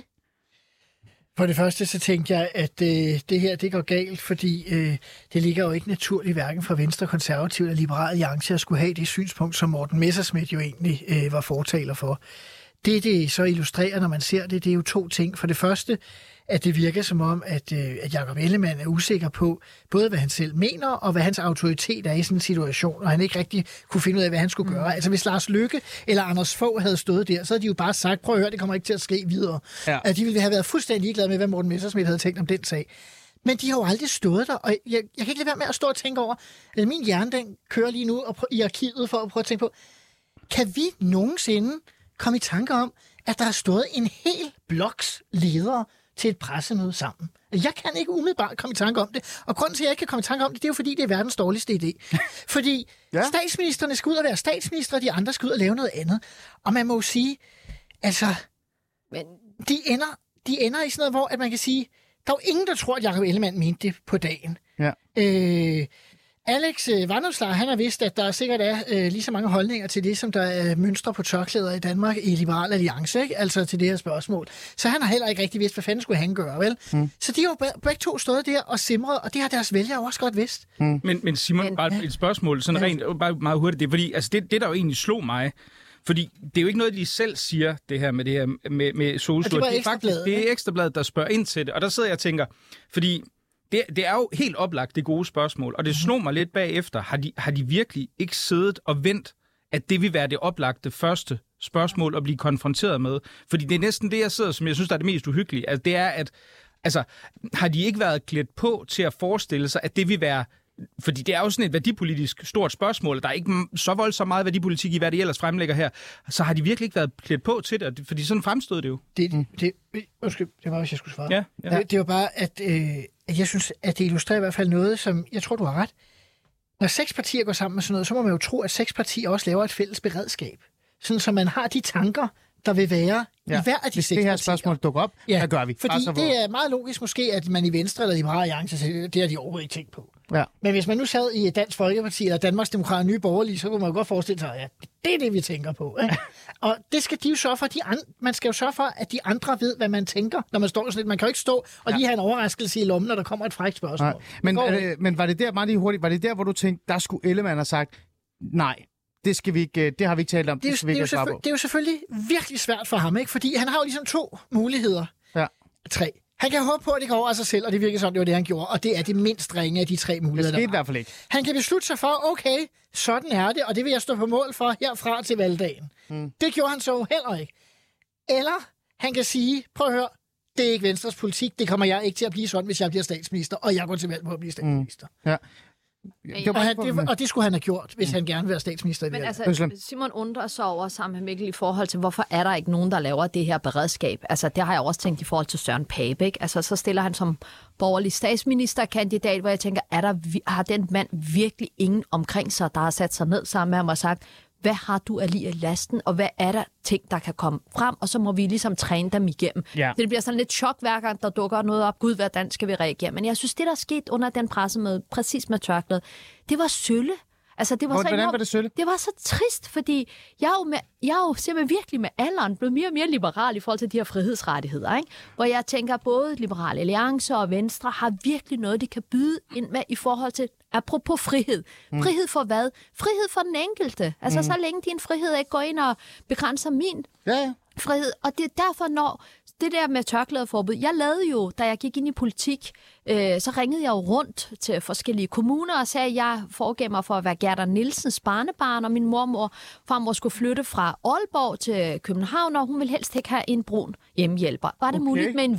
For det første så tænkte jeg, at øh, det her det går galt, fordi øh, det ligger jo ikke naturligt hverken fra Venstre, Konservativ eller Liberal Alliance at skulle have det synspunkt, som Morten Messerschmidt jo egentlig øh, var fortaler for. Det, det så illustrerer, når man ser det, det er jo to ting. For det første, at det virker som om, at, øh, at Jakob Ellemann er usikker på, både hvad han selv mener, og hvad hans autoritet er i sådan en situation, og han ikke rigtig kunne finde ud af, hvad han skulle gøre. Mm. Altså hvis Lars Løkke eller Anders Fogh havde stået der, så havde de jo bare sagt, prøv at høre, det kommer ikke til at ske videre. Ja. At de ville have været fuldstændig ligeglade med, hvad Morten Messerschmidt havde tænkt om den sag. Men de har jo aldrig stået der, og jeg, jeg kan ikke lade være med at stå og tænke over, at min hjerne den kører lige nu og i arkivet for at prøve at tænke på, kan vi nogensinde komme i tanke om, at der har stået en hel bloks ledere til et pressemøde sammen? Jeg kan ikke umiddelbart komme i tanke om det, og grunden til, at jeg ikke kan komme i tanke om det, det er jo fordi, det er verdens dårligste idé. Fordi ja. statsministerne skal ud og være statsminister, og de andre skal ud og lave noget andet. Og man må jo sige, altså, men de ender, de ender i sådan noget, hvor at man kan sige, der er jo ingen, der tror, at Jakob Ellemann mente det på dagen. Ja. Øh, Alex Vanopslagh, han har vidst, at der sikkert er øh, lige så mange holdninger til det, som der er mønstre på tørklæder i Danmark i Liberal Alliance, ikke? Altså til det her spørgsmål. Så han har heller ikke rigtig vidst, hvad fanden skulle han gøre, vel? Mm. Så de har jo begge to stået der og simret, og det har deres vælgere også godt vidst.
Mm. Men, men Simon, men, bare et spørgsmål, sådan ja. rent, bare meget hurtigt, det er fordi, altså det, det der jo egentlig slog mig, fordi det er jo ikke noget, de selv siger, det her med det her med, med solstuer.
Det,
det er faktisk det er Ekstrabladet, der spørger ind til det, og der sidder jeg og tænker, fordi Det, det er jo helt oplagt det gode spørgsmål, og det slog mig lidt bagefter. Har de, har de virkelig ikke siddet og ventet, at det vil være det oplagte første spørgsmål at blive konfronteret med? Fordi det er næsten det, jeg sidder, som jeg synes, der er det mest uhyggelige. Altså, det er, at altså, har de ikke været klædt på til at forestille sig, at det vil være... Fordi det er jo sådan et værdipolitisk stort spørgsmål, der er ikke så voldsomt meget værdipolitik i, hvad det ellers fremlægger her. Så har de virkelig ikke været klædt på til det, fordi sådan fremstod det jo.
Det, det, undskyld, det var, hvis jeg skulle svare.
Ja, ja.
Det, det var bare, at, øh, at jeg synes, at det illustrerer i hvert fald noget, som jeg tror, du har ret. Når seks partier går sammen med sådan noget, så må man jo tro, at seks partier også laver et fælles beredskab. Sådan, så man har de tanker, der vil være ja. i hver af de
Hvis
seks
det her
partier.
spørgsmål dukker op, ja. hvad gør vi?
Fordi altså, det er meget logisk måske, at man i Venstre eller Liberal Alliance siger, det har de overhovedet ikke tænkt på. Ja. Men hvis man nu sad i Dansk Folkeparti eller Danmarks Demokrater Nye Borgerlige, så kunne man jo godt forestille sig, at ja, det er det, vi tænker på. Ikke? Og det skal de jo sørge for. De an- man skal jo sørge for, at de andre ved, hvad man tænker, når man står sådan lidt. Man kan jo ikke stå og lige ja. have en overraskelse i lommen, når der kommer et frækt spørgsmål.
Nej. Men, øh, men var det der, meget lige hurtigt, var det der, hvor du tænkte, der skulle Ellemann have sagt, nej, det skal vi ikke, det har vi ikke talt om, det, det skal vi ikke svare på.
Det er jo selvfølgelig virkelig svært for ham, ikke? Fordi han har jo ligesom to muligheder. Ja. Tre. Han kan håbe på, at det går over af sig selv, og det virker som, det var det, han gjorde. Og det er det mindst ringe af de tre muligheder,
det skete i hvert fald ikke.
Han kan beslutte sig for, okay, sådan er det, og det vil jeg stå på mål for herfra til valgdagen. Hmm. Det gjorde han så heller ikke. Eller han kan sige, prøv at høre, det er ikke Venstres politik, det kommer jeg ikke til at blive sådan, hvis jeg bliver statsminister, og jeg går til valg på at blive statsminister. Hmm. Ja. Det og, han, det, og det skulle han have gjort, hvis mm. han gerne vil være statsminister.
Men altså, Simon undrer sig over sammen med Mikkel i forhold til, hvorfor er der ikke nogen, der laver det her beredskab? Altså, det har jeg også tænkt i forhold til Søren Pape, ikke? Altså, så stiller han som borgerlig statsministerkandidat, hvor jeg tænker, er der, har den mand virkelig ingen omkring sig, der har sat sig ned sammen med ham og sagt, hvad har du af lige i lasten, og hvad er der ting, der kan komme frem, og så må vi ligesom træne dem igennem. Ja. Det bliver sådan lidt chok hver gang, der dukker noget op. Gud, hvordan skal vi reagere? Men jeg synes, det der skete under den pressemøde, præcis med tørklædet, det var sølle. Altså, det var
Hvordan
så enormt,
var det sølle?
Det var så trist, fordi jeg er jo, med, jeg er jo simpelthen virkelig med alderen blevet mere og mere liberal i forhold til de her frihedsrettigheder, ikke? Hvor jeg tænker, både Liberal Alliance og Venstre har virkelig noget, de kan byde ind med i forhold til, apropos frihed. Mm. Frihed for hvad? Frihed for den enkelte. Altså, mm. så længe din frihed ikke går ind og begrænser min ja, ja. frihed. Og det er derfor, når det der med tørklædeforbud, jeg lavede jo, da jeg gik ind i politik, øh, så ringede jeg jo rundt til forskellige kommuner og sagde, at jeg foregav mig for at være Gerda Nielsens barnebarn, og min mormor farmor skulle flytte fra Aalborg til København, og hun ville helst ikke have en brun hjemmehjælper. Var det okay. muligt med en hvid?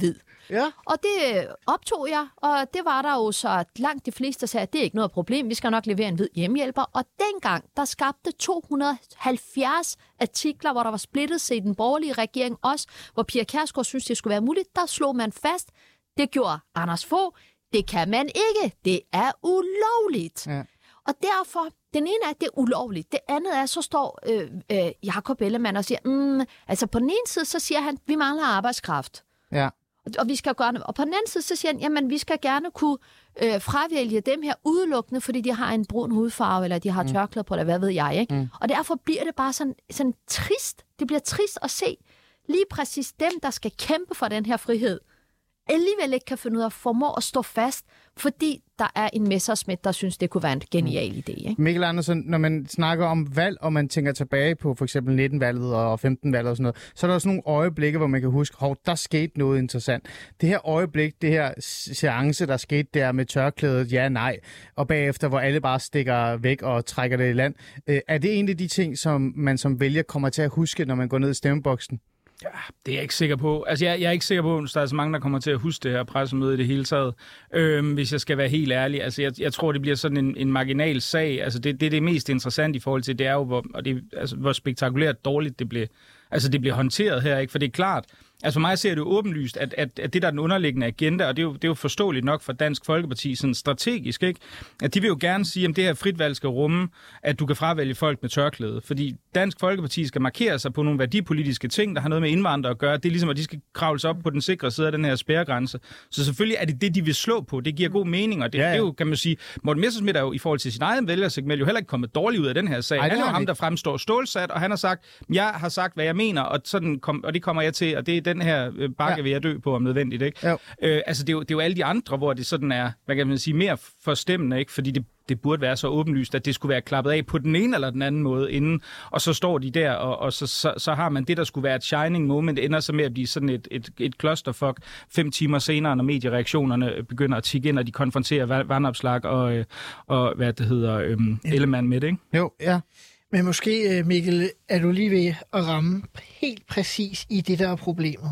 Ja.
Og det optog jeg, og det var der jo så langt de fleste, der sagde, at det er ikke noget problem, vi skal nok levere en hvid hjemmehjælper. Og dengang, der skabte to hundrede og halvfjerds artikler, hvor der var splittet sig i den borgerlige regering også, hvor Pia Kjærsgaard synes, det skulle være muligt, der slog man fast. Det gjorde Anders Fogh. Det kan man ikke. Det er ulovligt. Ja. Og derfor, den ene er, at det er ulovligt. Det andet er, så står øh, øh, Jakob Ellemann og siger, mm, altså på den ene side, så siger han, vi mangler arbejdskraft.
Ja.
Og, og vi skal gøre det. Og på den anden side, så siger han, jamen vi skal gerne kunne øh, fravælge dem her udelukkende, fordi de har en brun hudfarve, eller de har mm. tørklæder på, eller hvad ved jeg, ikke? Mm. Og derfor bliver det bare sådan, sådan trist. Det bliver trist at se lige præcis dem, der skal kæmpe for den her frihed, alligevel ikke kan finde ud af at formå at stå fast, fordi der er en Messerschmidt, der synes, det kunne være en genial idé. Ikke?
Mikkel Andersen, når man snakker om valg, og man tænker tilbage på for eksempel nitten-valget og femten-valget og sådan noget, så er der også nogle øjeblikke, hvor man kan huske, hov, der skete noget interessant. Det her øjeblik, det her seance, der skete der med tørklædet, ja, nej, og bagefter, hvor alle bare stikker væk og trækker det i land. Øh, er det en af de ting, som man som vælger kommer til at huske, når man går ned i stemmeboksen?
Ja, det er jeg ikke sikker på. Altså, jeg, jeg er ikke sikker på, at der er så mange, der kommer til at huske det her pressemøde i det hele taget. Øhm, hvis jeg skal være helt ærlig. Altså, jeg, jeg tror, det bliver sådan en, en marginal sag. Altså, det, det er det mest interessante i forhold til, det er jo, hvor, og det, altså, hvor spektakulært dårligt det bliver, altså, det bliver håndteret her. Ikke? For det er klart, altså for mig ser det jo åbenlyst, at, at, at det der er den underliggende agenda, og det er, jo, det er jo forståeligt nok for Dansk Folkeparti, sådan strategisk, ikke? At de vil jo gerne sige, at det her fritvalg skal rumme, at du kan fravælge folk med tørklæde. Fordi Dansk Folkeparti skal markere sig på nogle værdipolitiske ting, der har noget med indvandrere at gøre. Det er ligesom, at de skal kravles op på den sikre side af den her spærregrænse. Så selvfølgelig er det det, de vil slå på. Det giver god mening, og det, ja, ja. det er jo, kan man sige, Morten Messerschmidt er jo i forhold til sin egen vælgersegment jo heller ikke kommet dårligt ud af den her sag. Ej, han er jo ham, der fremstår stålsat, og han har sagt, jeg har sagt, hvad jeg mener, og, sådan kom, og det kommer jeg til, og det er den her bakke, ja. vil jeg dø på om nødvendigt, ikke? Øh, altså, det er, jo, det er jo alle de andre, hvor det sådan er, hvad kan man sige, mere forstemmende, ikke? Fordi det, det burde være så åbenlyst, at det skulle være klappet af på den ene eller den anden måde inden, og så står de der, og, og så, så, så har man det, der skulle være et shining moment, ender så med at blive sådan et, et, et clusterfuck fem timer senere, når mediereaktionerne begynder at tikke ind, og de konfronterer Vandopslag og, og hvad det hedder, øhm, ja. Ellemann med det, ikke?
Jo, ja.
Men måske, Mikkel, er du lige ved at ramme helt præcis i det, der er problemet.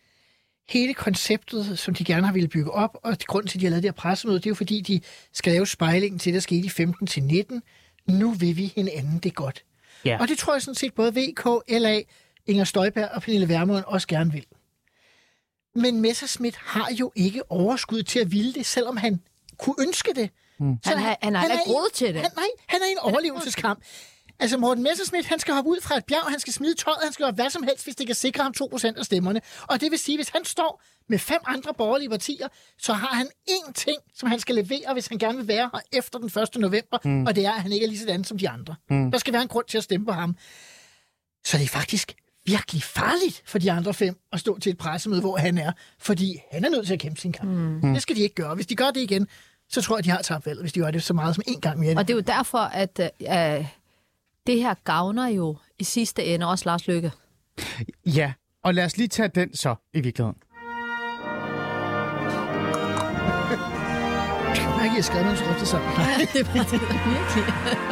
Hele konceptet, som de gerne har ville bygge op, og grunden til, at de har lavet det her pressemøde, det er jo fordi, de skal lave spejlingen til, der skete i femten til nitten. Nu vil vi hinanden det godt. Ja. Og det tror jeg sådan set både V K, L A, Inger Støjberg og Pernille Vermund også gerne vil. Men Messerschmidt har jo ikke overskud til at ville det, selvom han kunne ønske det.
Hmm. Han, han, han har ikke råd til det.
Han, nej, han er i en overlevelseskamp. Altså Morten Messerschmidt, han skal hoppe ud fra et bjerg, han skal smide tøjet, han skal gøre hvad som helst, hvis det kan sikre ham to procent af stemmerne. Og det vil sige, hvis han står med fem andre borgerlige partier, så har han én ting, som han skal levere, hvis han gerne vil være her efter den første november, mm. og det er, at han ikke er lige sådan som de andre. Mm. Der skal være en grund til at stemme på ham. Så det er faktisk virkelig farligt for de andre fem at stå til et pressemøde, hvor han er, fordi han er nødt til at kæmpe sin kamp. Mm. Det skal de ikke gøre. Hvis de gør det igen, så tror jeg, de har tabt valget, hvis de gør det så meget som én gang mere.
Og det er jo derfor, at øh, det her gavner jo i sidste ende også Lars Løkke.
Ja, og lad os lige tage den så i virkeligheden.
Jeg har ikke skrevet nogle skrifter sammen.
Det er virkelig.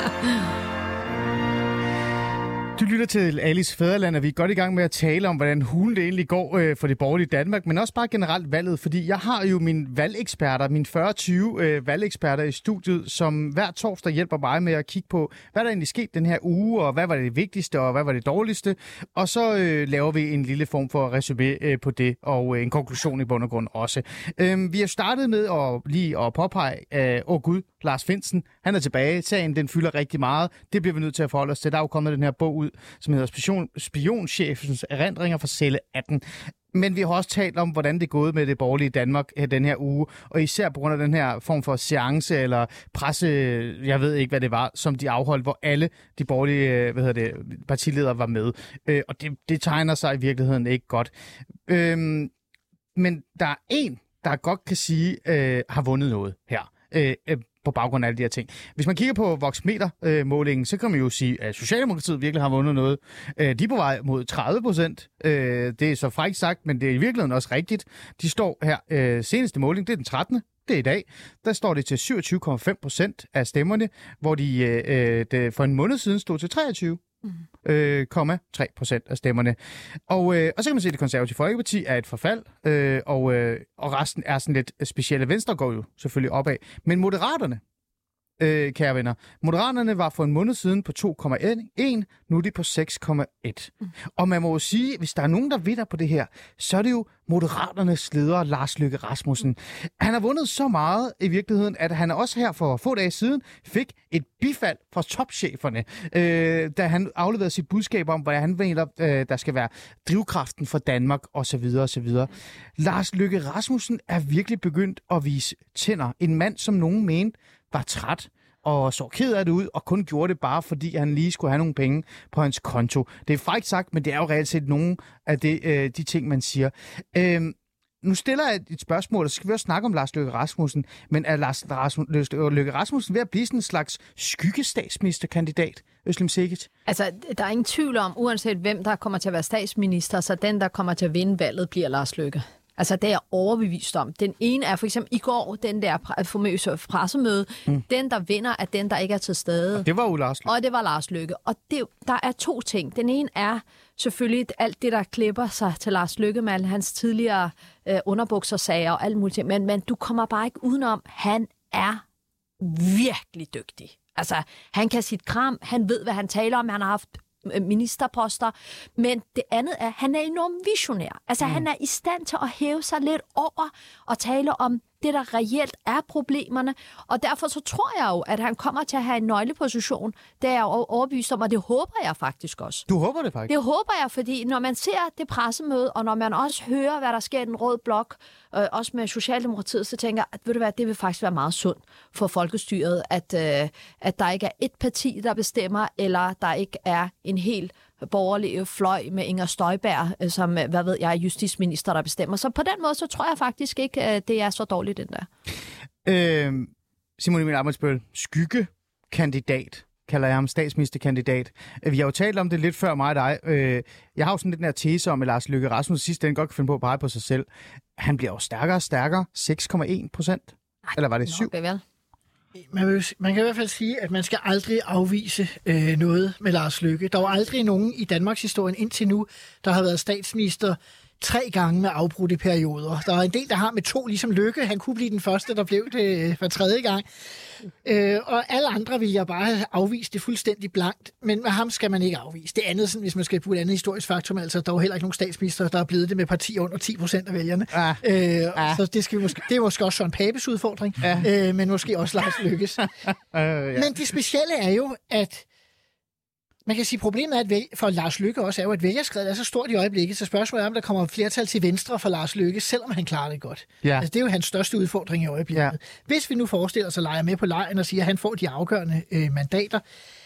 Du lytter til Alice Fæderland, og vi er godt i gang med at tale om, hvordan hulen det egentlig går øh, for det borgerlige Danmark, men også bare generelt valget, fordi jeg har jo mine valgeksperter, mine fyrre tyve øh, valgeksperter i studiet, som hver torsdag hjælper mig med at kigge på, hvad der egentlig skete den her uge, og hvad var det vigtigste, og hvad var det dårligste, og så øh, laver vi en lille form for resumé øh, på det, og øh, en konklusion i bund og grund også. Øh, vi har startet med at lige at påpege, øh, åh gud, Lars Findsen, han er tilbage, sagen den fylder rigtig meget, det bliver vi nødt til at forholde os til. Der er jo kommet den her bog ud, som hedder Spion, Spionchefens erindringer fra celle atten. Men vi har også talt om, hvordan det er gået med det borgerlige Danmark den her uge, og især på grund af den her form for seance eller presse, jeg ved ikke, hvad det var, som de afholdt, hvor alle de borgerlige hvad hedder det, partiledere var med. Og det, det tegner sig i virkeligheden ikke godt. Øhm, men der er en, der godt kan sige, øh, har vundet noget her. Øh, på baggrund af alle de her ting. Hvis man kigger på Voxmeter-målingen, øh, så kan man jo sige, at Socialdemokratiet virkelig har vundet noget. Øh, de er på vej mod tredive procent. Øh, det er så frækt sagt, men det er i virkeligheden også rigtigt. De står her, øh, seneste måling, det er den trettende Det er i dag. Der står det til syvogtyve komma fem procent af stemmerne, hvor de øh, det for en måned siden stod til treogtyve mm. øh, tre procent af stemmerne. Og, øh, og så kan man se, at det konservative Folkeparti er et forfald, øh, og, øh, og resten er sådan lidt specielle. Venstre går jo selvfølgelig opad. Men Moderaterne, øh, kære venner, Moderaterne var for en måned siden på to komma en, nu er de på seks komma et. Mm. Og man må jo sige, hvis der er nogen, der vinder på det her, så er det jo Moderaternes leder, Lars Løkke Rasmussen. Han har vundet så meget i virkeligheden, at han også her for få dage siden fik et bifald fra topcheferne, øh, da han afleverede sit budskab om, hvad han mener, øh, der skal være drivkraften for Danmark osv. osv. Lars Løkke Rasmussen er virkelig begyndt at vise tænder. En mand, som nogen mente var træt og så ked af det ud, og kun gjorde det bare, fordi han lige skulle have nogle penge på hans konto. Det er frækt sagt, men det er jo reelt set nogle af det, øh, de ting, man siger. Øh, nu stiller jeg et spørgsmål, og så skal vi også snakke om Lars Løkke Rasmussen, men er Lars Rasmus, Løkke Rasmussen ved at blive sådan en slags skyggestatsministerkandidat, Özlem Cekic?
Altså, der er ingen tvivl om, uanset hvem der kommer til at være statsminister, så den, der kommer til at vinde valget, bliver Lars Løkke. Altså, det er jeg overbevist om. Den ene er for eksempel i går, den der famøse pressemøde. Mm. Den, der vinder, er den, der ikke er til stede.
Og det var jo Lars Løkke.
Og det var Lars Løkke. Og det, der er to ting. Den ene er selvfølgelig alt det, der klipper sig til Lars Løkke med alle hans tidligere øh, underbuksersager og alt muligt. Men, men du kommer bare ikke udenom. Han er virkelig dygtig. Altså, han kan sit kram. Han ved, hvad han taler om. Han har haft ministerposter, men det andet er, at han er enormt visionær. Altså, mm. han er i stand til at hæve sig lidt over og tale om det, der reelt er problemerne, og derfor så tror jeg jo, at han kommer til at have en nøgleposition. Det er jeg overbevist om, og det håber jeg faktisk også.
Du håber det faktisk?
Det håber jeg, fordi når man ser det pressemøde, og når man også hører, hvad der sker i den røde blok, øh, også med Socialdemokratiet, så tænker jeg, at ved du hvad, det vil faktisk være meget sundt for folkestyret, at, øh, at der ikke er et parti, der bestemmer, eller der ikke er en helt borgerlige fløj med Inger Støjberg, som, hvad ved jeg, justitsminister, der bestemmer. Så på den måde, så tror jeg faktisk ikke, det er så dårligt endda.
Øh, Simon Emil Ammitzbøll, skyggekandidat, kalder jeg ham, statsministerkandidat. Vi har jo talt om det lidt før mig og dig. Jeg har jo sådan lidt den her tese om, at Lars Løkke Rasmussen sidst den godt kan finde på at pege på sig selv. Han bliver jo stærkere og stærkere. seks komma en procent. Eller var det syv?
Okay, vel.
Man, vil, man kan i hvert fald sige, at man skal aldrig afvise øh, noget med Lars Løkke. Der var aldrig nogen i Danmarks historien indtil nu, der har været statsminister tre gange med afbrudte perioder. Der er en del, der har med to, ligesom Løkke. Han kunne blive den første, der blev det for tredje gang. Øh, og alle andre vil jeg bare have afvist det fuldstændig blankt. Men med ham skal man ikke afvise. Det andet, sådan, hvis man skal bruge et andet historisk faktum, altså der er jo heller ikke nogen statsminister, der er blevet det med partier under ti procent af vælgerne. Ah. Øh, ah. Så det, skal vi måske, det er måske også Søren Papes udfordring, ah. øh, men måske også Lars Løkkes. uh, yeah. Men det specielle er jo, at man kan sige, problemet er, at vælge, for Lars Løkke også er jo, at vælgerskredet er så stort i øjeblikket, så spørgsmålet er, om der kommer flertal til venstre for Lars Løkke, selvom han klarer det godt. Ja. Altså, det er jo hans største udfordring i øjeblikket. Ja. Hvis vi nu forestiller os at lege med på lejen og siger, at han får de afgørende øh, mandater,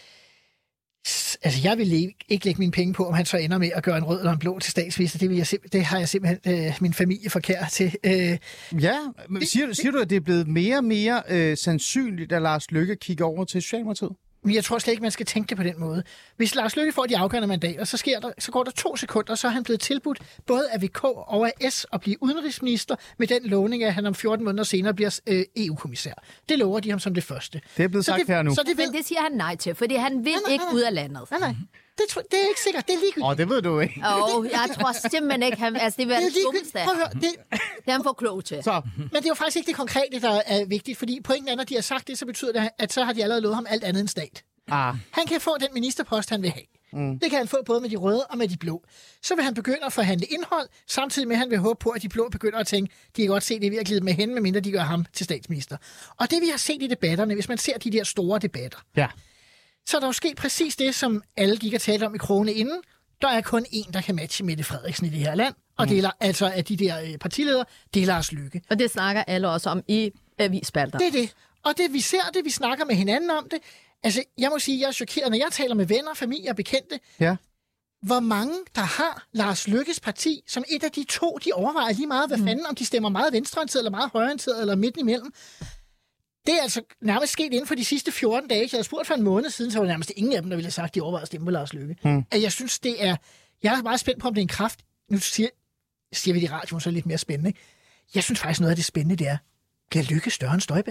altså jeg vil ikke, ikke lægge mine penge på, om han så ender med at gøre en rød eller en blå til statsminister. Det, vil jeg det har jeg simpelthen øh, min familie forkert til. Øh,
ja, men siger, siger du, at det er blevet mere og mere øh, sandsynligt, at Lars Løkke kigger over til Socialdemokratiet?
Men jeg tror slet ikke, man skal tænke det på den måde. Hvis Lars Løkke får de afgørende mandater, så, sker der, så går der to sekunder, så er han blevet tilbudt både af V K og af S at blive udenrigsminister med den lovning, at han om fjorten måneder senere bliver øh, E U-kommissær. Det lover de ham som det første.
Det er blevet
så
sagt
det,
her nu.
Så det ved... Men det siger han nej til, fordi han vil nej, nej, ikke ud af landet. Nej,
nej. Det, tror, det er ikke sikkert. Det er ligegyldigt.
Åh, oh, det ved du ikke.
Åh, oh, jeg tror simpelthen ikke, han... Altså, det vil være det dummeste. Det... det er han for klog til.
Så.
Men det er jo faktisk ikke det konkrete, der er vigtigt, fordi pointen er, når de har sagt det, så betyder det, at så har de allerede lovet ham alt andet end stat. Ah. Han kan få den ministerpost, han vil have. Mm. Det kan han få både med de røde og med de blå. Så vil han begynde at forhandle indhold, samtidig med, at han vil håbe på, at de blå begynder at tænke, de kan godt se, det er virkelig med hen, medmindre de gør ham til statsminister. Og det vi har set i debatterne, hvis man ser de der store debatter, ja. Så er der jo sket præcis det, som alle gik og talte om i krogene inden. Der er kun én, der kan matche Mette Frederiksen i det her land, og mm. det er altså af de der partiledere, det er Lars Løkke.
Og det snakker alle også om i avisspalter.
Det er det. Og det vi ser det, vi snakker med hinanden om det. Altså, jeg må sige, jeg er chokeret, når jeg taler med venner, familie og bekendte, ja. Hvor mange, der har Lars Løkkes parti, som et af de to, de overvejer lige meget, hvad mm. fanden, om de stemmer meget venstreorienteret, eller meget højreorienteret, eller midt imellem. Det er altså nærmest sket inden for de sidste fjorten dage. Jeg havde spurgt for en måned siden, så var der nærmest ingen af dem, der ville have sagt, at de overvejede at stemme på Lars Løkke. Mm. Jeg synes, det er... Jeg er meget spændt på, om det er en kraft. Nu siger, siger vi det i radioen, så er det lidt mere spændende. Jeg synes faktisk, noget af det spændende, det er, bliver Løkke større end Støjberg?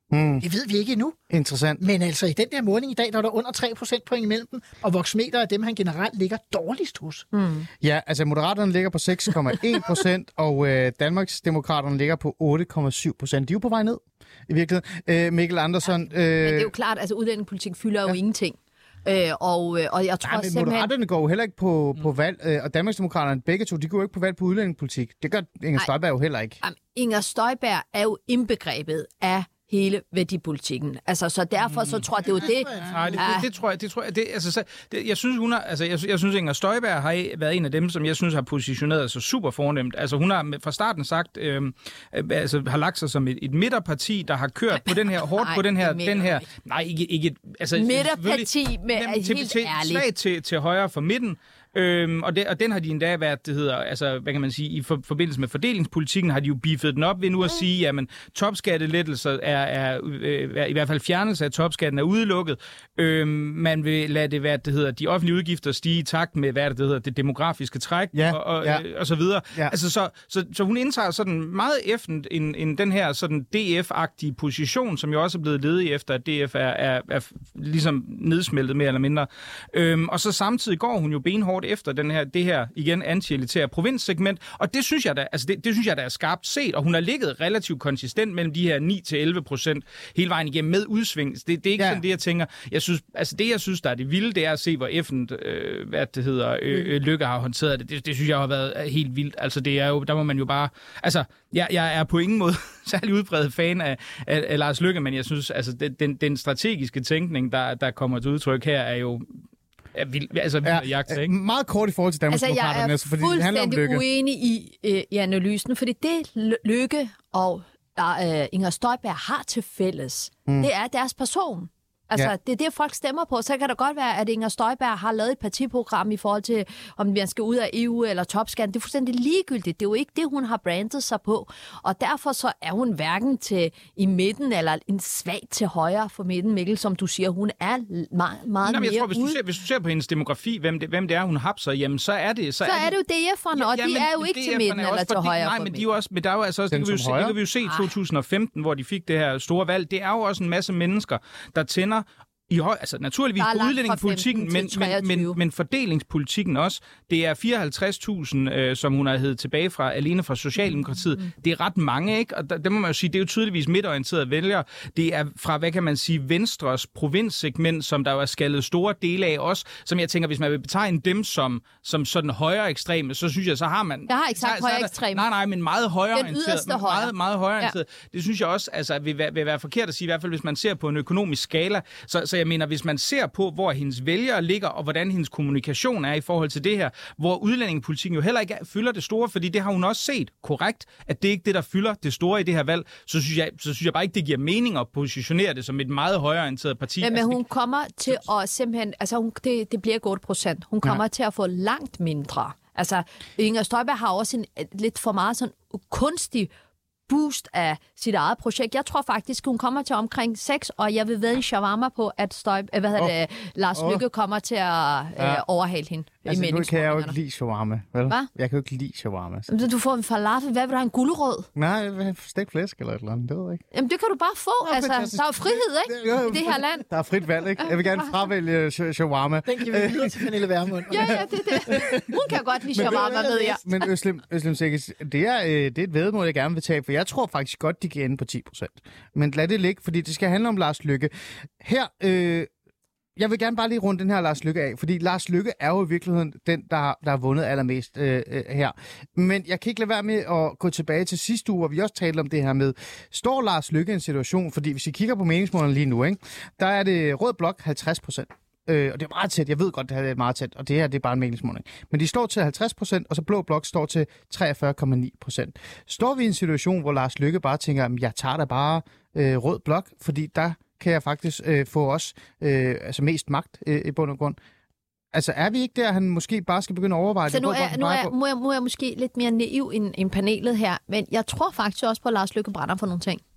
Hmm.
Det ved vi ikke endnu.
Interessant.
Men altså i den der måling i dag, der er der under tre procentpoint imellem dem, og Voxmeter er dem, han generelt ligger dårligst hos.
Mm.
Ja, altså Moderaterne ligger på seks komma en procent, og øh, Danmarksdemokraterne ligger på otte komma syv procent. De er jo på vej ned, i virkeligheden. Øh, Mikkel Andersen...
Ja,
øh,
men det er jo klart, at altså, udlændingepolitik fylder jo ja. ingenting. Øh, og, øh, og jeg tror
Nej, men
simpelthen...
Moderaterne går jo heller ikke på, på valg, øh, og Danmarksdemokraterne, begge to, de går jo ikke på valg på udlændingepolitik. Det gør Inger Støjberg jo heller ikke.
Jamen, Inger Støjberg er jo indbegrebet af hele værdipolitikken. Altså, så derfor så tror jeg, det er jo det.
Nej, det, det, det tror jeg, det tror jeg, det, altså, så, det, jeg synes, hun har, altså, jeg, jeg synes, Inger Støjberg har været en af dem, som jeg synes har positioneret sig super fornemt. Altså, hun har fra starten sagt, øh, altså, har lagt sig som et, et midterparti, der har kørt på den her, hårdt
nej,
øh,
på den her, den her, nej, ikke, ikke altså,
midterparti med
øh,
til, helt
til,
ærligt.
Svagt til, til højre for midten. Øhm, og, det, og den har de endda været, det hedder, altså, hvad kan man sige, i for, forbindelse med fordelingspolitikken, har de jo beefet den op ved nu at sige, jamen, topskattelettelser er, er, øh, er i hvert fald fjernelse af topskatten er udelukket. Øhm, man vil lade det være, det hedder, de offentlige udgifter stige i takt med, hvad det hedder, det demografiske træk,
ja,
og, og,
ja.
øh, og så videre. Ja. Altså, så, så, så hun indtager sådan meget effent en, en den her sådan D F-agtige position, som jo også er blevet ledig efter, at D F er, er, er ligesom nedsmeltet mere eller mindre. Øhm, og så samtidig går hun jo benhårdt efter den her, det her igen anti-elitære provinssegment, og det synes jeg da, altså det, det synes jeg da er skarpt set, og hun har ligget relativt konsistent mellem de her ni til elleve procent hele vejen igennem med udsving. Det, det er ikke ja. sådan det, jeg tænker. Jeg synes, altså det, jeg synes, der er det vilde, det er at se, hvor effent, øh, hvad det hedder, øh, øh, Løkke har håndteret det. det. Det synes jeg har været helt vildt. Altså det er jo, der må man jo bare, altså jeg, jeg er på ingen måde særlig udbredt fan af, af, af Lars Løkke, men jeg synes, altså den, den strategiske tænkning, der, der kommer til udtryk her, er jo er vild, altså vild ja, jagt, ikke?
Meget kort i forhold til Danmarksdemokraterne,
altså,
fordi det handler om Løkke.
Jeg er fuldstændig uenig i, øh, i analysen, fordi det Løkke og øh, Inger Støjberg har til fælles, mm. det er deres person. Altså, ja. det er det, folk stemmer på. Så kan det godt være, at Inger Støjberg har lavet et partiprogram i forhold til, om man skal ud af E U eller topskatten. Det er fuldstændig ligegyldigt. Det er jo ikke det, hun har brandet sig på. Og derfor så er hun hverken til i midten eller en svag til højre for midten, Mikkel, som du siger. Hun er meget, meget
Nå,
mere
jeg tror, hvis du,
ud...
ser, hvis du ser på hendes demografi, hvem det, hvem det er, hun hapser, jamen så er det...
Så, så er, er det jo D F'erne, og ja, de er jo ikke til midten eller til højre.
Nej, men de er jo også... Men der er jo altså også, det, kan vi jo se, det kan vi jo se i to tusind og femten, hvor de fik det her store valg. Det er jo også en masse mennesker, der tænder i høj, altså naturligvis på udlændingepolitikken, men, men, men, men fordelingspolitikken også. Det er fireoghalvtreds tusind, øh, som hun har heddet tilbage fra, alene fra Socialdemokratiet. Mm. Det er ret mange, ikke? Og der, det må man jo sige, det er jo tydeligvis midtorienterede vælgere. Det er fra, hvad kan man sige, Venstres provinssegment, som der jo er skaldet store dele af også, som jeg tænker, hvis man vil betegne dem som, som sådan højere ekstreme, så synes jeg, så har man...
Jeg har ikke sagt højere ekstreme.
Nej, nej, men meget højere
Den yderste højre.
Meget, meget højere ja. Det synes jeg også, altså, vil, vil være forkert at sige, i hvert fald hvis man ser på en økonomisk skala, så, så jeg mener, hvis man ser på, hvor hendes vælgere ligger, og hvordan hendes kommunikation er i forhold til det her, hvor udlændingepolitikken jo heller ikke fylder det store, fordi det har hun også set korrekt, at det ikke er det, der fylder det store i det her valg, så synes jeg, så synes jeg bare ikke, det giver mening at positionere det som et meget højreorienteret parti.
Men, men
altså,
hun
det...
kommer til at simpelthen, altså hun, det, det bliver ikke otte procent. Hun kommer ja. til at få langt mindre. Altså, Inger Støjberg har også en lidt for meget sådan kunstig boost af sit eget projekt. Jeg tror faktisk, hun kommer til omkring seks, og jeg vil ved en shawarma på, at Støj, hvad hedder oh. det, Lars oh. Lykke kommer til at ja. øh, overhale hende.
Altså, nu kan jeg jo ikke lide shawarma, vel?
Hvad?
Jeg kan jo ikke lide shawarma. Så.
Du får en falafel. Hvad vil du have? En gulerod?
Nej, jeg vil have stegt flæsk eller et eller andet. Det ved jeg ikke.
Jamen, det kan du bare få. Ja, altså, der er jo frihed, ikke? Ja, ja, I det her land.
Der er frit valg, ikke? Jeg vil gerne fravælge shawarma.
Den kan vi videre til Pernille Vermund.
Ja, ja, det er det. Hun kan godt lide shawarma, ved jeg.
Men Özlem, Özlem Cekic, det er, øh, det er et væddemål, jeg gerne vil tage, for jeg tror faktisk godt, de kan ende på ti procent. Men lad det ligge, fordi det skal handle om Lars Løkke. Her, øh, jeg vil gerne bare lige runde den her Lars Løkke af, fordi Lars Løkke er jo i virkeligheden den, der, der har vundet allermest øh, øh, her. Men jeg kan ikke lade være med at gå tilbage til sidste uge, hvor vi også talte om det her med, står Lars Løkke i en situation, fordi hvis I kigger på meningsmålene lige nu, ikke, der er det rød blok halvtreds procent. Øh, og det er meget tæt. Jeg ved godt, det her er meget tæt, og det her det er bare en meningsmåling. Men de står til halvtreds procent, og så blå blok står til treogfyrre komma ni procent. Står vi i en situation, hvor Lars Løkke bare tænker, at jeg tager da bare øh, rød blok, fordi der kan jeg faktisk øh, få os øh, altså mest magt øh, i bund og grund. Altså er vi ikke der, han måske bare skal begynde at overveje
så
det?
Nu, er, nu er, må, jeg, må jeg måske lidt mere naiv end, end panelet her, men jeg tror faktisk også på, at Lars Løkke brænder for nogle ting.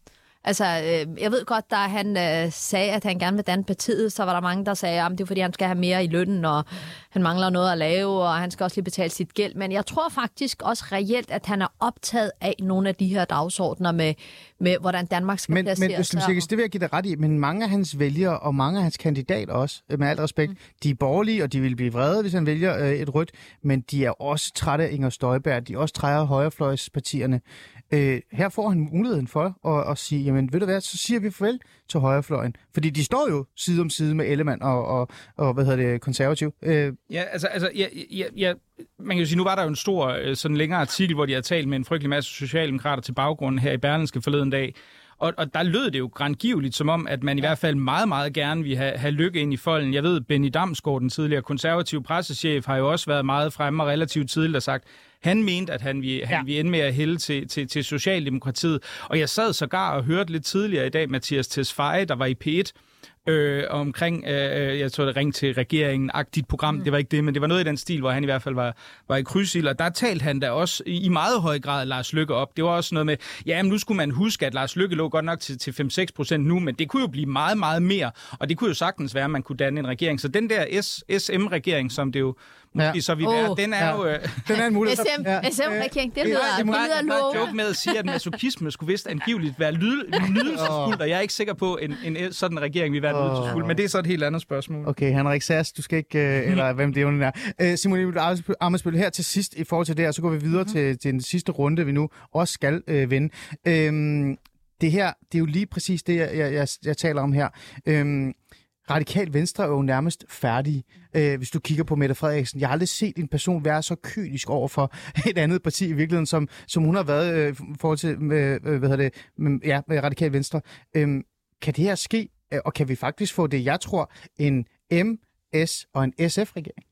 Altså, øh, jeg ved godt, da han øh, sagde, at han gerne vil danne partiet, så var der mange, der sagde, at det er fordi, han skal have mere i lønnen, og han mangler noget at lave, og han skal også lige betale sit gæld. Men jeg tror faktisk også reelt, at han er optaget af nogle af de her dagsordner med, med hvordan Danmark skal
men,
placere
men,
sig.
Men det vil jeg give dig ret i, men mange af hans vælgere og mange af hans kandidater også, med alt respekt, mm. de er borgerlige, og de vil blive vrede, hvis han vælger øh, et rødt, men de er også trætte af Inger Støjberg, de er også trætte af højrefløjspartierne. Øh, her får han muligheden for at, at sige, jamen ved du hvad, så siger vi farvel til højrefløjen. Fordi de står jo side om side med Ellemann og, og, og hvad hedder det, konservativ. Øh.
Ja, altså, altså ja, ja, ja, man kan jo sige, nu var der jo en stor sådan længere artikel, hvor de havde talt med en frygtelig masse socialdemokrater til baggrunden her i Berlingske forleden dag. Og, og der lød det jo grandgiveligt, som om, at man i hvert fald meget, meget gerne vil have, have lykke ind i folden. Jeg ved, Benny Damsgaard, den tidligere konservative pressechef, har jo også været meget fremme og relativt tidligt og sagt, han mente, at han ville, han ville ende med at hælde til, til, til Socialdemokratiet. Og jeg sad sågar og hørte lidt tidligere i dag Mathias Tesfaye, der var i P et, øh, omkring, øh, jeg tror det ringte til regeringen-agtigt program, mm. det var ikke det, men det var noget i den stil, hvor han i hvert fald var, var i krydsild, og der talte han da også i, i meget høj grad Lars Løkke op. Det var også noget med, ja, men nu skulle man huske, at Lars Løkke lå godt nok til, til fem til seks procent nu, men det kunne jo blive meget, meget mere, og det kunne jo sagtens være, at man kunne danne en regering. Så den der S M-regering, som det jo måske ja. så vi være, oh, den er
ja.
jo... Øh,
den er en mulighed.
S M, ja. S M-regering, det lyder
det
lyder
Jeg bare joke med at sige, at masochisme skulle vist angiveligt være nydelsesfuld, og jeg er ikke sikker på, at en, en sådan en regering vil være oh. nydelsesfuld, men det er så et helt andet spørgsmål.
Okay, Henrik Sass, du skal ikke... Øh, eller hvem det er, er. Simon Emil Ammitzbøll, her til sidst i forhold til det her, så går vi videre mm-hmm. til, til den sidste runde, vi nu også skal øh, vinde. Øhm, det her, det er jo lige præcis det, jeg, jeg, jeg, jeg taler om her. Øhm, Radikal Venstre er jo nærmest færdige, øh, hvis du kigger på Mette Frederiksen. Jeg har aldrig set en person være så kynisk over for et andet parti i virkeligheden, som, som hun har været øh, i forhold til øh, hvad hedder det, med, ja, med Radikal Venstre. Øhm, kan det her ske, og kan vi faktisk få det, jeg tror, en M, S og en S F-regering?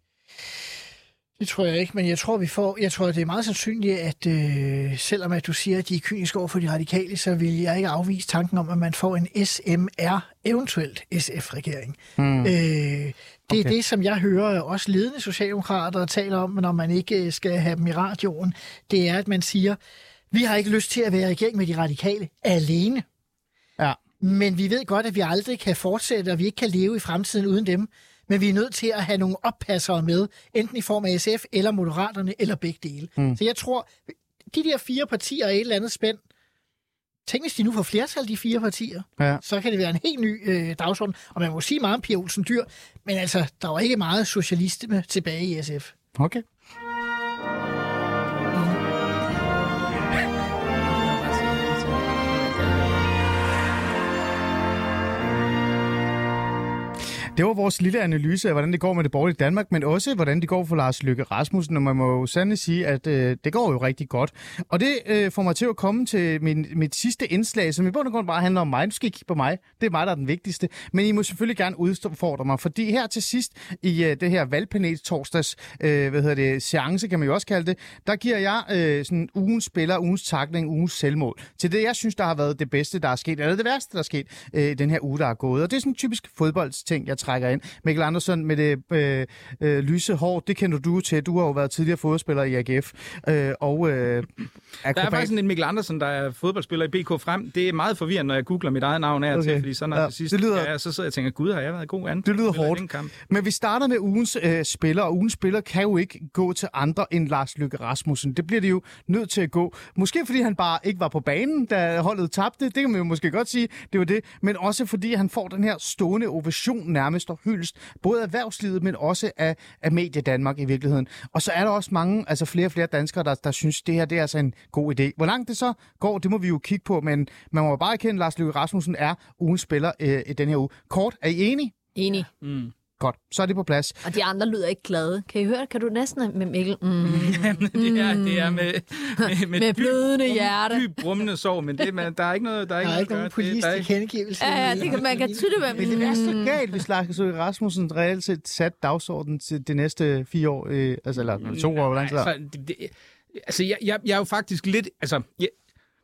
Det tror jeg ikke, men jeg tror, vi får, jeg tror, det er meget sandsynligt, at øh, selvom at du siger, at de er kyniske over for de radikale, så vil jeg ikke afvise tanken om, at man får en S M R, eventuelt S F-regering. Hmm. Øh, det okay. er det, som jeg hører også ledende socialdemokrater taler om, når man ikke skal have dem i radioen. Det er, at man siger, vi har ikke lyst til at være i regering med de radikale alene.
Ja.
Men vi ved godt, at vi aldrig kan fortsætte, og vi ikke kan leve i fremtiden uden dem. Men vi er nødt til at have nogle oppassere med, enten i form af S F, eller Moderaterne, eller begge dele. Mm. Så jeg tror, de der fire partier er et eller andet spænd. Tænk, hvis de nu får flertal, de fire partier, ja. Så kan det være en helt ny øh, dagsorden. Og man må sige meget om Pia Olsen Dyhr, men altså, der var ikke meget socialisme tilbage i S F.
Okay. Det var vores lille analyse af, hvordan det går med det borgerlige Danmark, men også, hvordan det går for Lars Løkke Rasmussen, og man må jo sandelig sige, at øh, det går jo rigtig godt. Og det øh, får mig til at komme til min, mit sidste indslag, som i bund og grund bare handler om mig. Nu skal I kigge på mig. Det er mig, der er den vigtigste. Men I må selvfølgelig gerne udfordre mig, fordi her til sidst i øh, det her valgpanel torsdags, øh, hvad hedder det, seance, kan man jo også kalde det, der giver jeg øh, sådan ugens spiller, ugens takling, ugens selvmål. Til det, jeg synes, der har været det bedste, der er sket, eller det værste, der er sket øh, den her uge, der er gået. Og det er sådan en typisk fodboldsting, jeg trækker ind. Mikkel Andersen med det øh, øh, lyse hår, det kender du til. Du har jo været tidligere fodboldspiller i A G F. Øh, og, øh,
der er faktisk en Mikkel Andersen, der er fodboldspiller i B K Frem. Det er meget forvirrende, når jeg googler mit eget navn af okay. til, fordi så når ja, sidst, det lyder, ja, så sidder jeg og tænker, gud, har jeg været god anden?
Det lyder hårdt. Men vi starter med ugens øh, spiller, og ugens spiller kan jo ikke gå til andre end Lars Løkke Rasmussen. Det bliver det jo nødt til at gå. Måske fordi han bare ikke var på banen, da holdet tabte. Det kan man jo måske godt sige, det var det. Men også fordi han får den her stående ovation nærmest og hyldest, både af erhvervslivet, men også af, af Medie Danmark i virkeligheden. Og så er der også mange, altså flere og flere danskere, der, der synes, det her det er altså en god idé. Hvor langt det så går, det må vi jo kigge på, men man må bare erkende, at Lars Løkke Rasmussen er ugens spiller øh, i den her uge. Kort, er I enige?
Enig. Mm.
Godt, så er det på plads.
Og de andre lyder ikke glade. Kan I høre? Kan du næsten med Mikkel? Mm.
Jamen, det er, det er med, med, med,
med blødende
dyb,
hjerte.
Dyb brummende sorg, men det, man, der er ikke noget, der er ikke,
der er ikke nogen politisk tilkendegivelse.
Ja, ja, det kan man kan tydeligt være.
Men det er så galt, hvis Lars Løkke Rasmussen reelt set sat dagsordenen til de næste fire år, øh, altså eller to år, hvor lang tid
altså, det, det, altså jeg, jeg, jeg er jo faktisk lidt, altså... Jeg,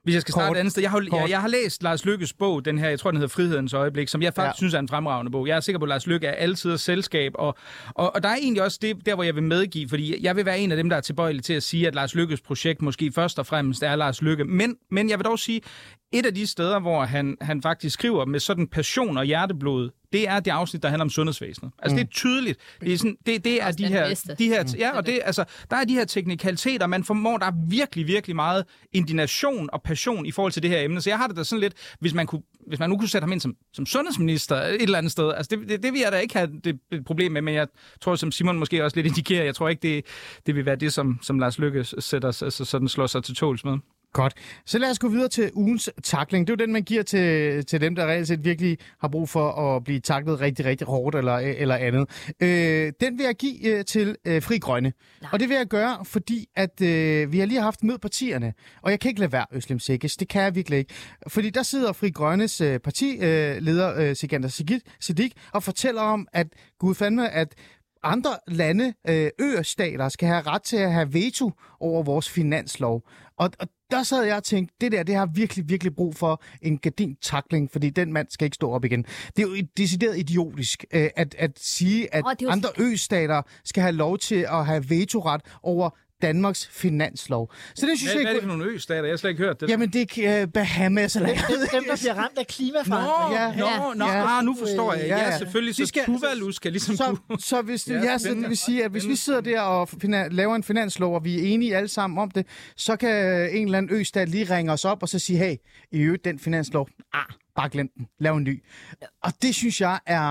Hvis jeg skal starte
Kort.
et andet sted. Jeg har,
Kort.
jeg, jeg har læst Lars Løkkes bog, den her, jeg tror, den hedder Frihedens Øjeblik, som jeg faktisk ja. synes er en fremragende bog. Jeg er sikker på, at Lars Løkke er altid et selskab, og, og, og der er egentlig også det, der, hvor jeg vil medgive, fordi jeg vil være en af dem, der er tilbøjelig til at sige, at Lars Løkkes projekt måske først og fremmest er Lars Løkke. Men, men jeg vil dog sige, et af de steder, hvor han, han faktisk skriver med sådan passion og hjerteblod, det er det afsnit, der handler om sundhedsvæsenet. Altså, mm. det er tydeligt. Det er, sådan, det, det er de her, de her... Ja, og det, altså, der er de her teknikaliteter, man formår, der er virkelig, virkelig meget indignation og passion i forhold til det her emne. Så jeg har det da sådan lidt, hvis man, kunne, hvis man nu kunne sætte ham ind som, som sundhedsminister et eller andet sted. Altså, det, det, det vil jeg da ikke have det, et problem med, men jeg tror, som Simon måske også lidt indikerer, jeg tror ikke, det, det vil være det, som, som Lars Løkke sætter, altså, sådan slår sig til tåls med.
Godt. Så lad os gå videre til ugens tackling. Det er jo den, man giver til, til dem, der reelt set virkelig har brug for at blive taklet rigtig, rigtig hårdt eller, eller andet. Øh, den vil jeg give øh, til øh, Fri Grønne. Nej. Og det vil jeg gøre, fordi at øh, vi har lige haft mødt partierne. Og jeg kan ikke lade være, Özlem Cekic. Det kan jeg virkelig ikke. Fordi der sidder Fri Grønnes øh, partileder, øh, Sikandar Siddique, og fortæller om, at gud fandme, at andre lande, øh, østater, skal have ret til at have veto over vores finanslov. Og, og der sad jeg og tænkte, det der, det har virkelig, virkelig brug for en gardin-tackling, fordi den mand skal ikke stå op igen. Det er jo decideret idiotisk øh, at, at sige, at oh, andre østater skal have lov til at have vetoret over Danmarks finanslov. Så det synes
hvad,
jeg...
Hvad er det for nogle østater? Jeg har slet ikke hørt det.
Jamen, det er uh, Bahamas eller...
Dem, der bliver ramt af klimaforandringer.
Nå, ja, nå, nå
ja.
Ah, nu forstår jeg. Ja,
ja.
selvfølgelig. Så
skal,
Tuvalu skal ligesom...
Så, så, hvis det,
ja,
ja, så det vil sige, at hvis vi sidder der og finan, laver en finanslov, og vi er enige alle sammen om det, så kan en eller anden østat lige ringe os op og så sige, hey, i øvrigt den finanslov, ah, bare glem den, lav en ny. Og det synes jeg er...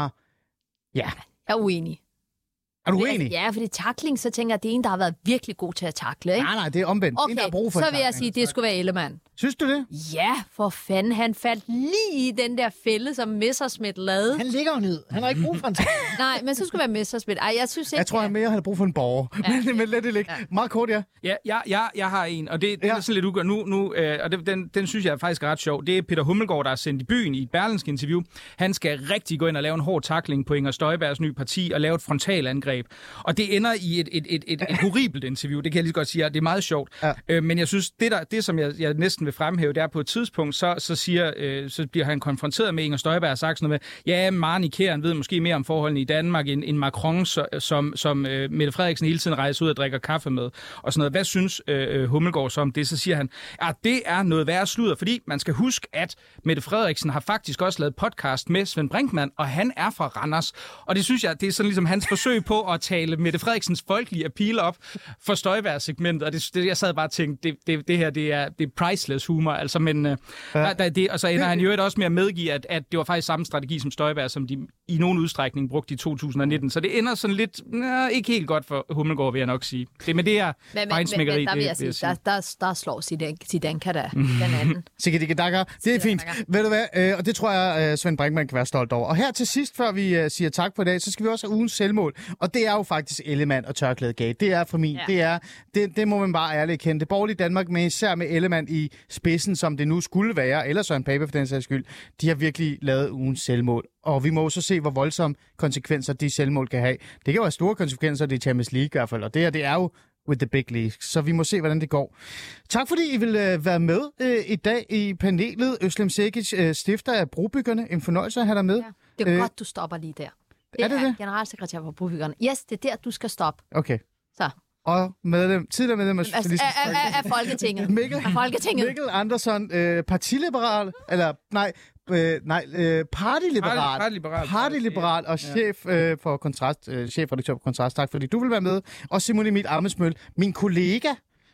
Ja.
Jeg er uenig.
Er du uenig?
Ja, fordi tackling, så tænker jeg, at det er en, der har været virkelig god til at tackle, ikke?
Nej, nej, det er omvendt.
Okay,
en, der har brug for
så vil jeg sige, at det skulle være Ellemann.
Synes du det?
Ja, for fanden. Han faldt lige i den der fælde, som Messerschmidt lavede.
Han ligger jo ned. Han har ikke brug for en tackling.
Nej, men så skulle det være Messerschmidt. Ej, jeg synes ikke...
Jeg tror, han mere har brug for en borger. Ja. men, men lad det ligge. Ja. Meget kort, ja.
Ja, jeg, jeg, jeg har en, og det, det
ja.
er sådan lidt uger nu, nu øh, og det, den, den synes jeg er faktisk ret sjov. Det er Peter Hummelgaard, der er sendt i byen i et Berlingske interview. Han skal rigtig gå ind og lave en hård tackling på Inger Støjbergs nye parti og lave et frontalangreb. Og det ender i et, et, et, et, et horribelt interview. Det kan jeg lige så godt sige, det er meget sjovt. Ja. Øh, men jeg synes, det, der, det som jeg, jeg næsten vil fremhæve, det er på et tidspunkt, så, så, siger, øh, så bliver han konfronteret med Inger Støjberg og sagt sådan noget med, ja, Marni Kjæren ved måske mere om forholdene i Danmark end, end Macron, så, som, som øh, Mette Frederiksen hele tiden rejser ud og drikker kaffe med. Og sådan noget. Hvad synes øh, Hummelgaard så om det? Så siger han, at det er noget værre sludder, fordi man skal huske, at Mette Frederiksen har faktisk også lavet podcast med Svend Brinkmann, og han er fra Randers. Og det synes jeg, det er sådan ligesom hans forsøg på at tale Mette Frederiksens folkelige appeal op for Støjberg-segmentet. Og det, det, jeg sad bare og tænkte, det, det, det her, det er, det er priceless humor. Altså, men, øh, ja. der, der, det, og så ender han jo også med at medgive, at, at det var faktisk samme strategi som Støjberg, som de i nogen udstrækning brugte i to tusind nitten. Så det ender sådan lidt, nej, ikke helt godt for Hummelgaard, vil jeg nok sige. Det, men det er fejnsmækkeri.
Der vil jeg sige, sige. Der, der, der slår Zidanka da den anden.
Sikkedikkedakker. Det er fint. Ved du hvad? Øh, og det tror jeg, øh, Svend Brinkmann kan være stolt over. Og her til sidst, før vi øh, siger tak for i dag, så skal vi også have ugens selvmål. Og det er jo faktisk Ellemann og tørklædegate. Det er for min. Ja. Det er, det, det må man bare ærligt kende. Det borgerlige Danmark, med især med Ellemann i spidsen, som det nu skulle være, eller Søren Pape for den sags skyld, de har virkelig lavet ugens selvmål. Og vi må jo så se, hvor voldsomme konsekvenser de selvmål kan have. Det kan jo have store konsekvenser, det er Champions League i hvert fald, og det her, det er jo with the big league. Så vi må se, hvordan det går. Tak fordi I vil øh, være med øh, i dag i panelet. Özlem Cekic, øh, stifter af Brobyggerne. En fornøjelse at have dig med.
Ja. Det er
øh,
godt, du stopper lige der. Det
er det det?
Generalsekretær for Brobyggerne. Yes, det er der, du skal stoppe.
Okay.
Så.
Og medlem, tidligere medlem af Socialistisk
af, af, af Folketinget.
Mikkel,
af Folketinget.
Mikkel Andersson, øh, partiliberal, eller nej, øh, nej øh, partiliberal,
partiliberal,
partiliberal og chef øh, for Kontrast, øh, chefredaktør på Kontrast. Tak fordi du vil være med. Og Simon Emil Ammitzmøll, min kollega,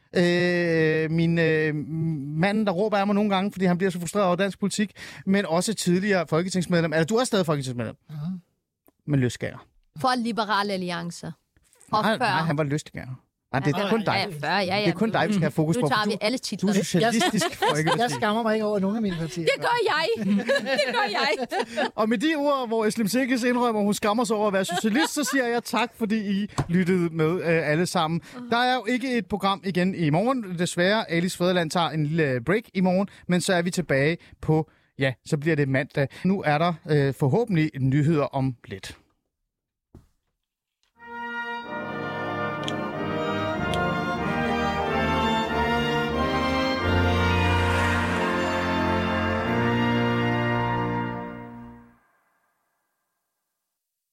øh, min øh, mand, der råber af mig nogle gange, fordi han bliver så frustreret over dansk politik, men også tidligere folketingsmedlem. Altså, du er stadig folketingsmedlem, uh-huh. men løsgærer.
For Liberale Alliance. Og
nej,
før.
nej, han var løsgærer. Nej, det er kun dig.
Ja, før, ja, ja.
Det er kun dig, vi skal have fokus på.
Nu tager
du,
vi alle titler.
Du er socialistisk folkeparti.
Jeg skammer mig ikke over nogen af mine partier.
Det gør jeg. Det gør jeg.
Og med de ord, hvor Özlem Cekic indrømmer, hun skammer sig over at være socialist, så siger jeg tak, fordi I lyttede med øh, alle sammen. Der er jo ikke et program igen i morgen. Desværre, Alice Fædreland tager en lille break i morgen, men så er vi tilbage på, ja, så bliver det mandag. Nu er der øh, forhåbentlig nyheder om lidt.